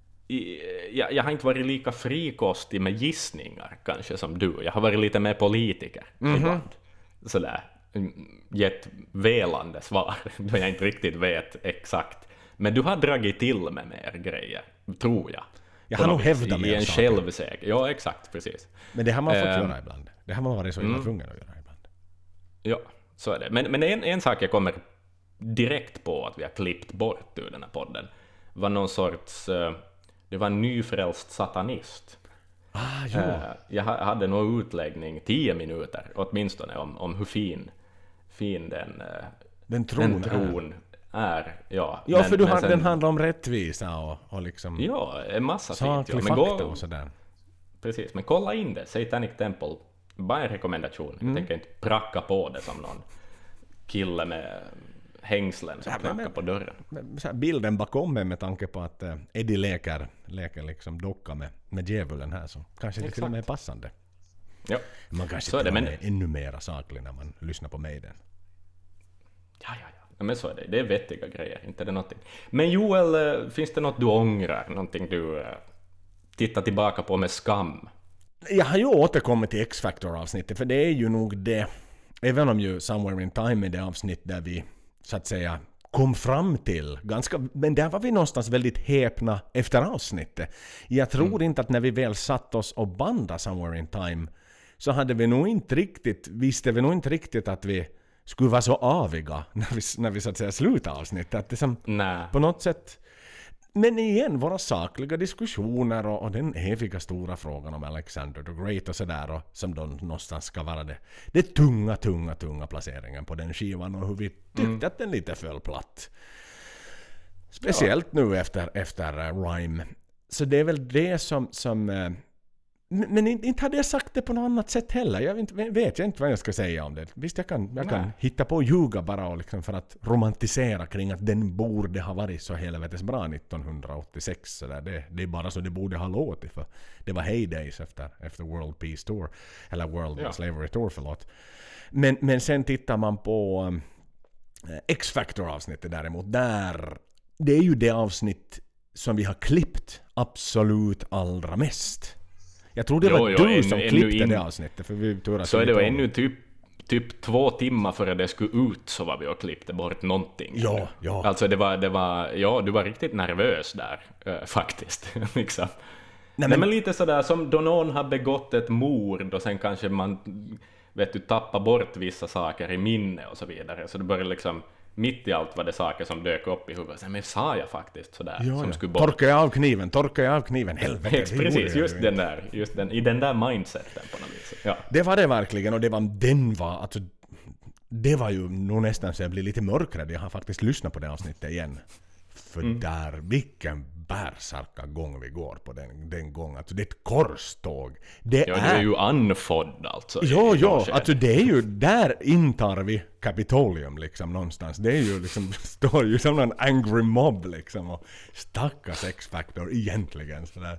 I, jag, jag har inte varit lika frikostig med gissningar kanske som du. Jag har varit lite mer politiker mm-hmm. ibland. Sådär, gett velande svar då jag inte riktigt vet exakt. Men du har dragit till med mer grejer, tror jag. Jag har nog hävdat mer i en självsäker. Ja, exakt, precis. Men det har man fått um, göra ibland. Det har man varit så illa mm. tvungen att göra ibland. Ja, så är det. Men, men en, en sak jag kommer direkt på att vi har klippt bort ur den här podden var någon sorts... Uh, det var en nyfrälst satanist. Ah, jo. Uh, jag hade någon utläggning, tio minuter åtminstone, om, om hur fin, fin den, uh, den tron, den tron är. är. Ja, ja men, för du har, sen, den handlar om rättvisa och, och liksom... Ja, en massa fint. Ja. Men fakta och sådär. Precis, men kolla in det. Satanic Temple. Bara en rekommendation. Mm. Jag tänker inte pracka på det som någon kille med hängslen som ja, knackar på dörren. Så här, bilden bakom mig med tanke på att uh, Eddie leker, leker liksom docka med, med djävulen här, så kanske det till och med är passande. Ja. Man kanske så är det, men... är ännu mer saklig när man lyssnar på Maiden. Ja, ja, ja. Ja, men så är det. Det är vettiga grejer, inte det någonting. Men Joel, finns det något du ångrar? Någonting du uh, tittar tillbaka på med skam? Jag har ju återkommit till X-Factor-avsnittet, för det är ju nog det, även om ju Somewhere in Time är det avsnitt där vi så att säga kom fram till ganska, men där var vi någonstans väldigt häpna efter avsnittet. Jag tror mm. inte att när vi väl satt oss och bandade Somewhere in Time så hade vi nog inte riktigt, visste vi nog inte riktigt att vi skulle vara så aviga när vi, när vi så att säga slutade avsnittet. Att det som på något sätt, men igen, våra sakliga diskussioner och, och den eviga stora frågan om Alexander the Great och sådär, och som då någonstans ska vara det, det tunga, tunga, tunga placeringen på den skivan och hur vi tyckte mm. att den lite föll platt. Speciellt ja. nu efter, efter uh, Rhyme. Så det är väl det som... som uh, men inte hade jag sagt det på något annat sätt heller. Jag vet, vet jag inte vad jag ska säga om det. Visst, jag kan, jag kan hitta på och ljuga bara och liksom för att romantisera kring att den borde ha varit så helvetes bra nittonhundraåttiosex. Så där. Det, det är bara så det borde ha låtit. För det var heydays efter, efter World Peace Tour. Eller World ja. Slavery Tour, förlåt. Men, men sen tittar man på um, X-Factor-avsnittet däremot. Där, det är ju det avsnitt som vi har klippt absolut allra mest. Jag tror det var jo, jo, du ännu, som klippte in, det avsnittet. För vi så är det ännu typ, typ två timmar före det skulle ut så var vi och klippte bort någonting. Ja, ja. Alltså det var, det var, ja, du var riktigt nervös där äh, faktiskt. liksom. Nej, men... Nej, men lite sådär som då någon har begått ett mord och sen kanske man, vet du, tappar bort vissa saker i minne och så vidare. Så det börjar liksom, mitt i allt var det saker som dök upp i huvudet. Men sa jag faktiskt sådär ja, som ja. skulle bort. Torka jag av kniven, torka jag av kniven, helvete. Precis, just den där, just den, i den där mindseten på något vis. Ja. Det var det verkligen, och det var, den var, alltså, det var ju nog nästan så jag blir lite mörkrädd. Jag har faktiskt lyssnat på det avsnittet igen. För mm. där, vilken bärsarka gång vi går på den, den gången. Alltså det är ett korståg. Det ja, är... det är ju anfodd alltså. Ja, ja, alltså det är ju, där intar vi Kapitolium liksom någonstans. Det är ju liksom, står ju som en angry mob liksom, och stackars X-Factor egentligen sådär.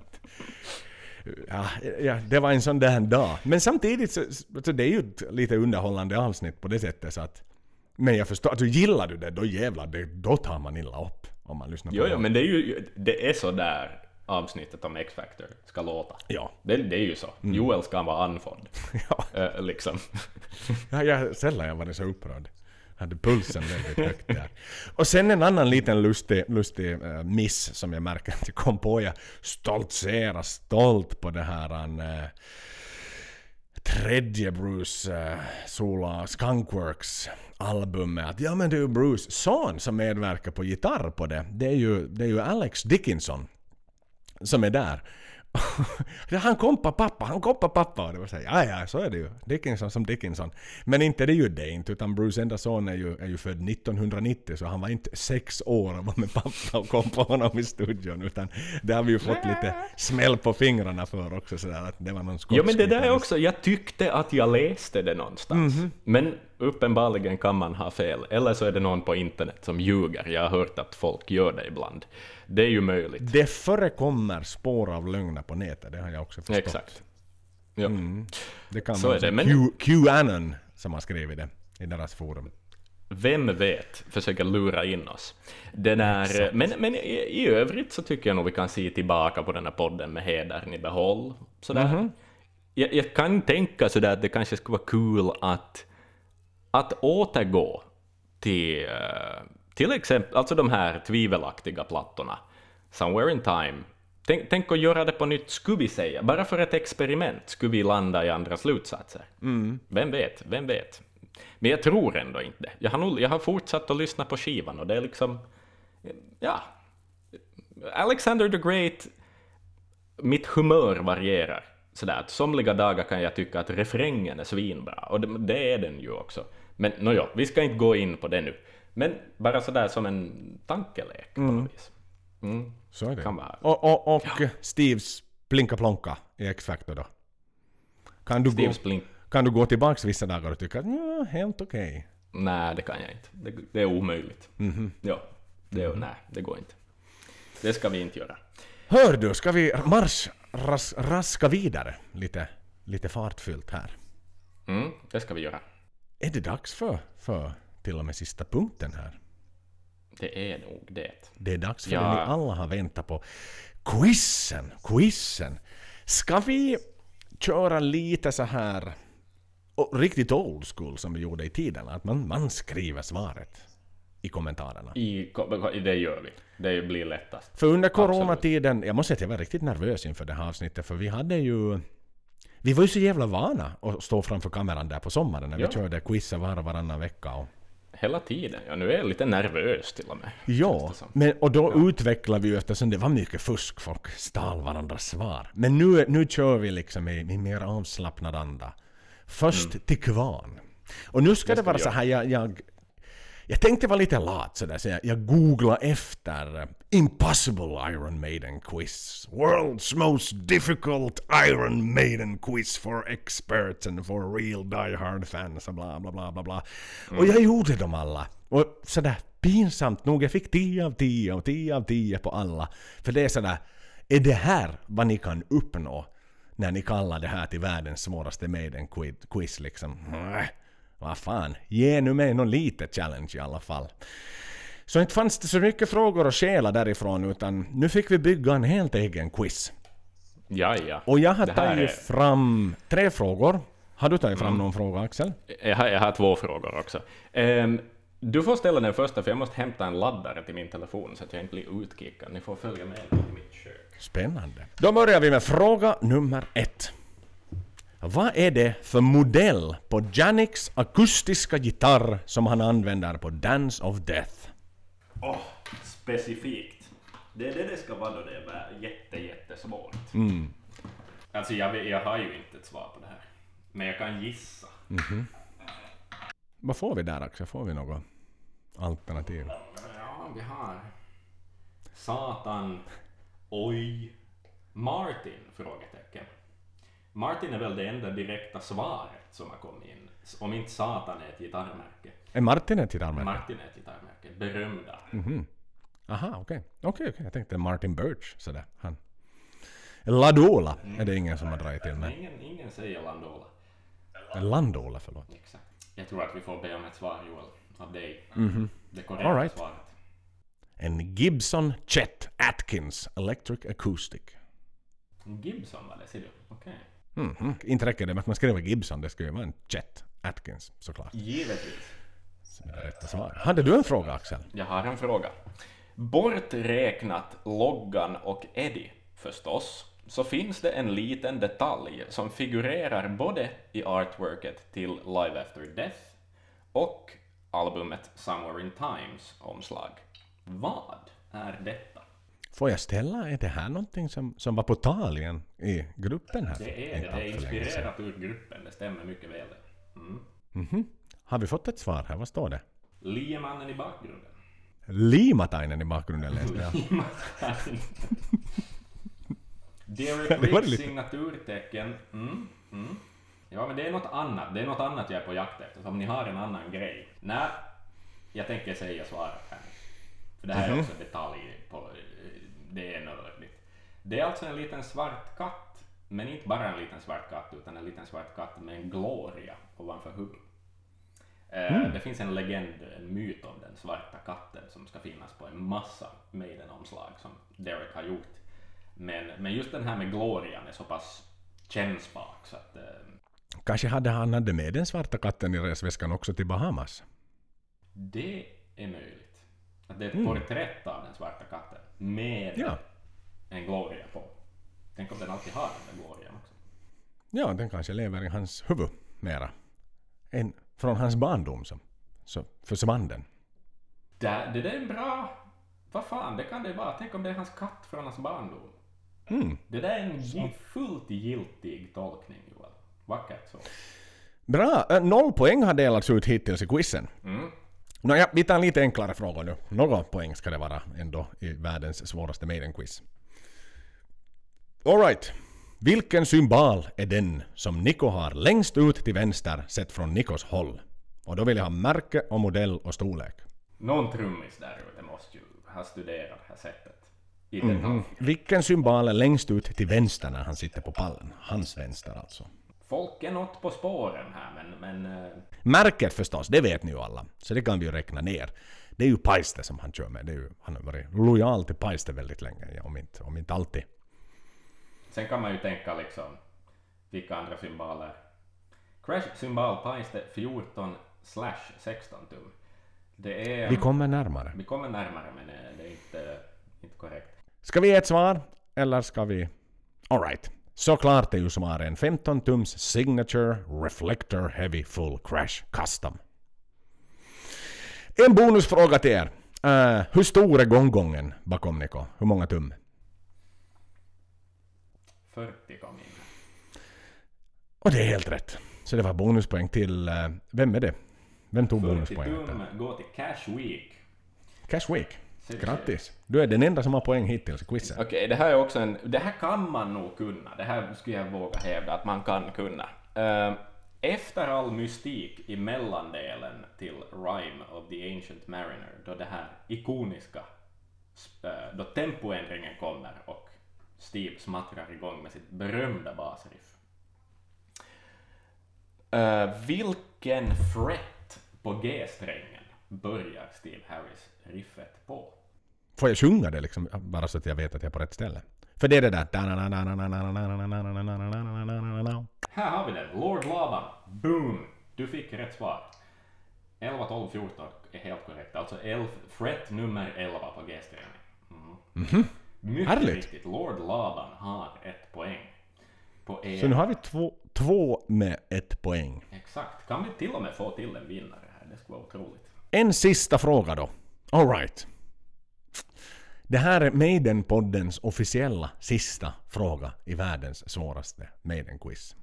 Ja, ja, det var en sån där dag. Men samtidigt så, så det är ju ett lite underhållande avsnitt på det sättet så att, men jag förstår, alltså gillar du det, då jävlar, det, då tar man illa upp om man lyssnar på jo, det. Jo, men det är ju, det är så där avsnittet om X-Factor ska låta. Ja. Det, det är ju så. Mm. Joel ska vara anfodd. Ja. Äh, liksom. ja, jag, sällan jag var så upprörd. Hade pulsen väldigt högt där. Och sen en annan liten lustig, lustig uh, miss som jag märker att jag kom på. Jag stoltserar stolt på det här uh, tredje Bruce uh, Sola Skunkworks albumet. Att, ja men det är ju Bruce son som medverkar på gitarr på det. Det är ju, det är ju Alex Dickinson som är där. han kom på pappa, han kom på pappa och det var så här, ja ja, så är det ju. Dickinson som Dickinson. Men inte det är ju det inte, utan Bruce enda son är ju, är ju född nittonhundranittio, så han var inte sex år och var med pappa och kom på honom i studion, utan det har vi ju fått lite smäll på fingrarna för också sådär, att det var någon skotsk. Jo men det där är också, jag tyckte att jag läste det någonstans. Mm-hmm. Men uppenbarligen kan man ha fel, eller så är det någon på internet som ljuger. Jag har hört att folk gör det ibland. Det är ju möjligt. Det förekommer spår av lögner på nätet, det har jag också förstått. Exakt. Ja. Mm. Det kan så vara är det, men... Q- QAnon som har skrivit det i deras forum. Vem vet, försöker lura in oss. Den är, men men i, i övrigt så tycker jag nog vi kan se tillbaka på den här podden med hedern i behåll. Sådär. Mm-hmm. Jag, jag kan tänka sådär att det kanske skulle vara kul att, att återgå till... Till exempel, alltså de här tvivelaktiga plattorna. Somewhere in time. Tänk, tänk att göra det på nytt, skulle vi säga. Bara för ett experiment skulle vi landa i andra slutsatser. Mm. Vem vet, vem vet. Men jag tror ändå inte. Jag har, nog, jag har fortsatt att lyssna på skivan och det är liksom... Ja. Alexander the Great, mitt humör varierar. Sådär att somliga dagar kan jag tycka att refrängen är svinbra. Och det, det är den ju också. Men nåja, vi ska inte gå in på det nu. Men bara sådär som en tankelek på mm. något vis. Mm. Så är det. Kan vara. Och, och, och ja. Steves Plinka-plonka i X-Factor då? Kan du, gå, blink- kan du gå tillbaka vissa dagar och tycka att ja, helt okej? Okay. Nej, det kan jag inte. Det, det är omöjligt. Mm-hmm. Ja, det är, mm. nej, det går inte. Det ska vi inte göra. Hör du, ska vi marsch, ras, raska vidare lite, lite fartfyllt här? Mm, det ska vi göra. Är det dags för... för till och med sista punkten här? Det är nog det. Det är dags för ja. det ni alla har väntat på. Quizen, quizen. Ska vi köra lite så här och riktigt old school som vi gjorde i tiden? Att man, man skriver svaret i kommentarerna. I, det gör vi. Det blir lättast. För under coronatiden, jag måste säga att jag var riktigt nervös inför det här avsnittet, för vi hade ju... Vi var ju så jävla vana att stå framför kameran där på sommaren när ja. vi körde quizar var och varannan vecka. Och... Hela tiden. Ja, nu är jag lite nervös till och med. Ja, men, och då ja. utvecklar vi ju eftersom det var mycket fusk. Folk stal varandras svar. Men nu, nu kör vi liksom i, i mer avslappnad anda. Först mm. till kvarn. Och nu ska det, ska det vara så här, jag... jag Jag tänkte vara lite lat sådär, så jag, jag googlade efter uh, Impossible Iron Maiden Quiz. World's most difficult Iron Maiden Quiz for experts and for real die-hard fans och bla bla bla bla bla. Mm. Och jag gjorde dem alla. Och sådär pinsamt nog, jag fick tio av tio och tio av tio på alla. För det är sådär, är det här vad ni kan uppnå när ni kallar det här till världens svåraste Maiden Quiz liksom? Mm. Vad fan, ge nu mig någon lite challenge i alla fall. Så inte fanns det så mycket frågor och stjäla därifrån, utan nu fick vi bygga en helt egen quiz. Ja, ja. Och jag har tagit är... fram tre frågor. Har du tagit fram mm. någon fråga, Axel? Jag har, jag har två frågor också. Um, du får ställa den första, för jag måste hämta en laddare till min telefon så att jag inte blir utkickad. Ni får följa med i mitt kök. Spännande. Då börjar vi med fråga nummer ett. Vad är det för modell på Janiks akustiska gitarr som han använder på Dance of Death? Åh, oh, specifikt. Det är det det ska vara då det är jätte, jättesvårt. Mm. Alltså jag, jag har ju inte ett svar på det här. Men jag kan gissa. Mm-hmm. Vad får vi där också? Får vi något alternativ? Ja, vi har Satan, oj, Martin, frågetecken. Martin är väl det enda direkta svaret som har kommit in. Om inte Satan är ett gitarrmärke. Är Martin ett gitarrmärke? Martin är ett gitarrmärke. Berömda. Mm-hmm. Aha, okej. Okay. Okej, okay, okay. Jag tänkte Martin Birch, sådär. Han. Landola mm. är det ingen som har dragit till med. Ingen, ingen säger Landola. Landola, förlåt. Exakt. Jag tror att vi får be om ett svar, Joel, av dig. Mm-hmm. Det korrekta All right. svaret. En Gibson Chet Atkins Electric Acoustic. Gibson var det, ser du? Okej. Okay. Mm-hmm. Inte räcker det med att man skriver Gibson, det ska ju vara en Chet Atkins, såklart. Givetvis. Som är det rätta svar. Hade du en fråga, Axel? Jag har en fråga. Borträknat Loggan och Eddie, förstås, så finns det en liten detalj som figurerar både i artworket till Live After Death och albumet Somewhere in Times omslag. Vad är detta? Får jag ställa, är det här någonting som, som var på tal igen i gruppen här? Det är det, det är inspirerat ur gruppen, det stämmer mycket väl. Mm. Mm-hmm. Har vi fått ett svar här? Vad står det? Liemannen i bakgrunden. Limatainen i bakgrunden läste jag. Limatainen. Derek Riggs signaturtecken. Mm, mm. Ja, men det är något annat. Det är något annat jag är på jakt efter. Så om ni har en annan grej. Nej, jag tänker säga svaret här. För det här mm-hmm. är också en detalj på... Det är nördigt. Det är alltså en liten svart katt. Men inte bara en liten svart katt, utan en liten svart katt med en gloria ovanför huvudet. Mm. Det finns en legend, en myt om den svarta katten som ska finnas på en massa Maiden-omslag som Derek har gjort. Men, men just den här med glorian är så pass kännsprak så att... Eh... Kanske hade han hade med den svarta katten i resväskan också till Bahamas? Det är möjligt. Att det är ett mm. porträtt av den svarta katten med ja. en gloria på. Tänk om den alltid har den där glorian också. Ja, den kanske lever i hans huvud mera. En... Från hans barndom som, så försvann den. Det, det där är en bra... Vad fan, det kan det vara. Tänk om det är hans katt från hans barndom. Mm. Det där är en så. fullt giltig tolkning, Joel. Vackert så. Bra. Noll poäng har delats ut hittills i quizen. Mm. Nå, ja, vi tar en lite enklare fråga nu. Några poäng ska det vara ändå i världens svåraste Maiden-quiz. All right. Vilken symbol är den som Nico har längst ut till vänster sett från Nikos håll? Och då vill jag ha märke och modell och storlek. Någon trummis där ute måste ju ha studerat det här sättet. I mm-hmm. Vilken symbol är längst ut till vänster när han sitter på pallen? Hans vänster alltså. Folk är något på spåren här, men... men... Märket förstås, det vet ni ju alla. Så det kan vi ju räkna ner. Det är ju Paiste som han kör med. Det är ju, han har varit lojal till Paiste väldigt länge, ja, om, inte, om inte alltid. Sen kan man ju tänka liksom, vilka andra symboler. Crash symbol Paiste fjorton slash sexton tum. Det är... Vi kommer närmare. Vi kommer närmare, men det är inte, inte korrekt. Ska vi ge ett svar, eller ska vi... All right. Såklart är ju svaret en femton tums Signature Reflector Heavy Full Crash Custom. En bonusfråga till er. Uh, hur stor är gånggången bakom Nico? Hur många tum? fyrtio kom in. Och det är helt rätt. Så det var bonuspoäng till... Uh, vem är det? Vem tog bonuspoäng? fyrtio tum går till Cash Week. Cash Week. Grattis. Du är den enda som har poäng hittills i quizen. Okej, okay, det här är också en... Det här kan man nog kunna. Det här skulle jag våga hävda att man kan kunna. Uh, efter all mystik i mellandelen till Rime of the Ancient Mariner, då det här ikoniska... Uh, då tempoändringen kommer och Steve smattrar igång med sitt berömda basriff. Uh, vilken fret på G-strängen börjar Steve Harris riffet på? Får jag sjunga det liksom, bara så att jag vet att jag är på rätt ställe? För det är det där. Här har vi den, Lord Laban. Boom! Du fick rätt svar. elva, tolv, fjorton är helt korrekt. Alltså elf, fret nummer elva på G-strängen. Mm. Mm-hmm. Mycket Härligt. riktigt. Lord Laban har ett poäng. På er. Så nu har vi två, två med ett poäng. Exakt. Kan vi till och med få till en vinnare här? Det skulle vara otroligt. En sista fråga då. All right. Det här är Maiden-poddens officiella sista fråga i världens svåraste Maiden-quiz.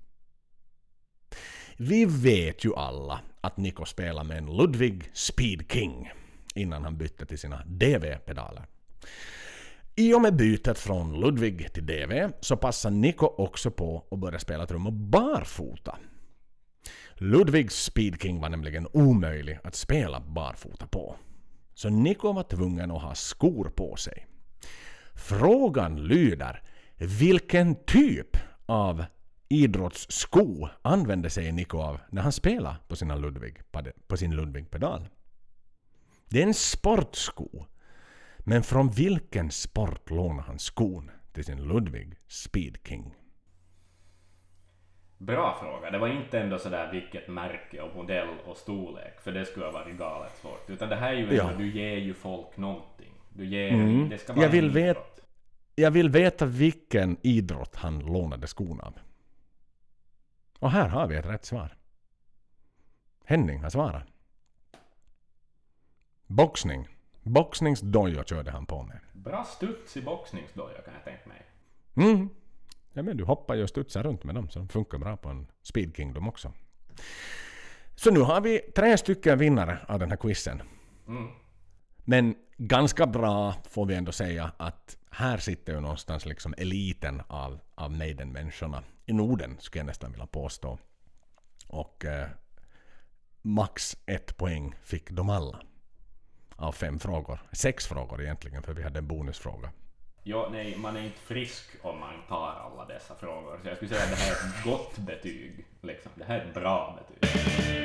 Vi vet ju alla att Nico spelar med en Ludwig Speed King innan han bytte till sina D V-pedaler. I och med bytet från Ludwig till D V så passar Nico också på att börja spela trummor barfota. Ludwigs Speed King var nämligen omöjlig att spela barfota på. Så Nico var tvungen att ha skor på sig. Frågan lyder, vilken typ av idrottssko använde sig Nico av när han spelade på, sina Ludwig, på sin Ludwig-pedal? Det är en sportsko. Men från vilken sport lånade han skon till sin Ludwig Speed King? Bra fråga. Det var inte ändå sådär vilket märke och modell och storlek, för det skulle ha varit galet svårt. Utan det här är ju ändå, Ja. du ger ju folk någonting. Du ger, Mm. det ska vara Jag vill en veta- idrott. Jag vill veta vilken idrott han lånade skon av. Och här har vi ett rätt svar. Henning har svarat. Boxning. Boxningsdojo körde han på med. Bra studs i boxningsdoja kan jag tänka mig. Mm. Ja, men du hoppar ju och studsar runt med dem, så de funkar bra på en Speed Kingdom också. Så nu har vi tre stycken vinnare av den här quizen. Mm. Men ganska bra får vi ändå säga att här sitter ju någonstans liksom eliten av, av Maiden-människorna i Norden, skulle jag nästan vilja påstå. Och eh, max ett poäng fick de alla av fem frågor. Sex frågor egentligen, för vi hade en bonusfråga. Ja, nej, man är inte frisk om man tar alla dessa frågor. Så jag skulle säga att det här är ett gott betyg. Liksom. Det här är ett bra betyg.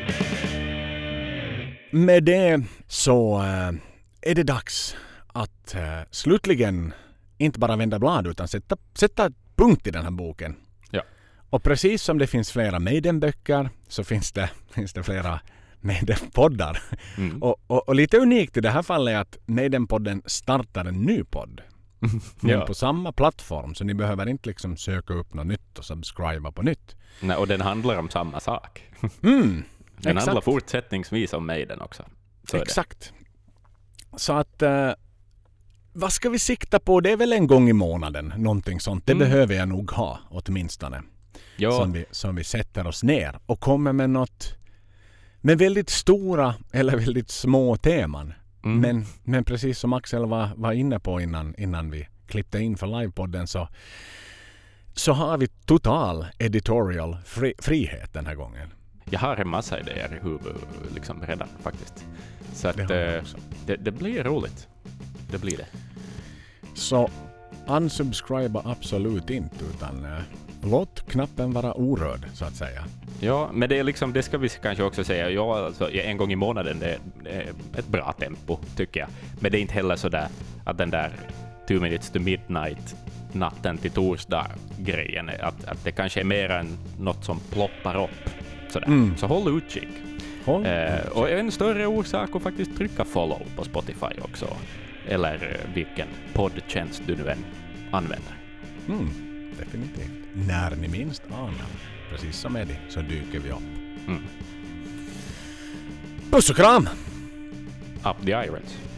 Med det så äh, är det dags att äh, slutligen inte bara vända blad utan sätta, sätta punkt i den här boken. Ja. Och precis som det finns flera Maiden-böcker så finns det, finns det flera Maiden-poddar. Mm. Och, och, och lite unikt i det här fallet är att Maiden-podden startar en ny podd. Men Ja. på samma plattform, så ni behöver inte liksom söka upp något nytt och subscriba på nytt. Nej, och den handlar om samma sak. Mm, Den exakt. handlar fortsättningsvis om Maiden också. Så är det. Exakt. Så att eh, vad ska vi sikta på? Det är väl en gång i månaden, någonting sånt. Det Mm. behöver jag nog ha åtminstone. Ja, Som vi, som vi sätter oss ner och kommer med något med väldigt stora eller väldigt små teman. Mm. Men, men precis som Axel var, var inne på innan, innan vi klippte in för livepodden så, så har vi total editorial fri, frihet den här gången. jag har en massa idéer i huvudet liksom redan faktiskt. Så att, Det har jag eh, också. det, det blir roligt. Det blir det. Så unsubscriba absolut inte, utan eh, låt knappen vara orörd så att säga. Ja, men det är liksom, det ska vi kanske också säga. Ja, alltså, en gång i månaden det, det är ett bra tempo tycker jag. Men det är inte heller så där att den där two minutes to midnight natten till torsdag grejen är att, att det kanske är mer än något som ploppar upp sådär. Mm. Så håll utkik. Håll Eh, och en större orsak att faktiskt trycka follow på Spotify också. Eller eh, vilken poddtjänst du nu än använder. Mm, definitivt. När ni minst anar, precis som Eddie, så dyker vi upp. Mm. Puss och kram! Up the irons.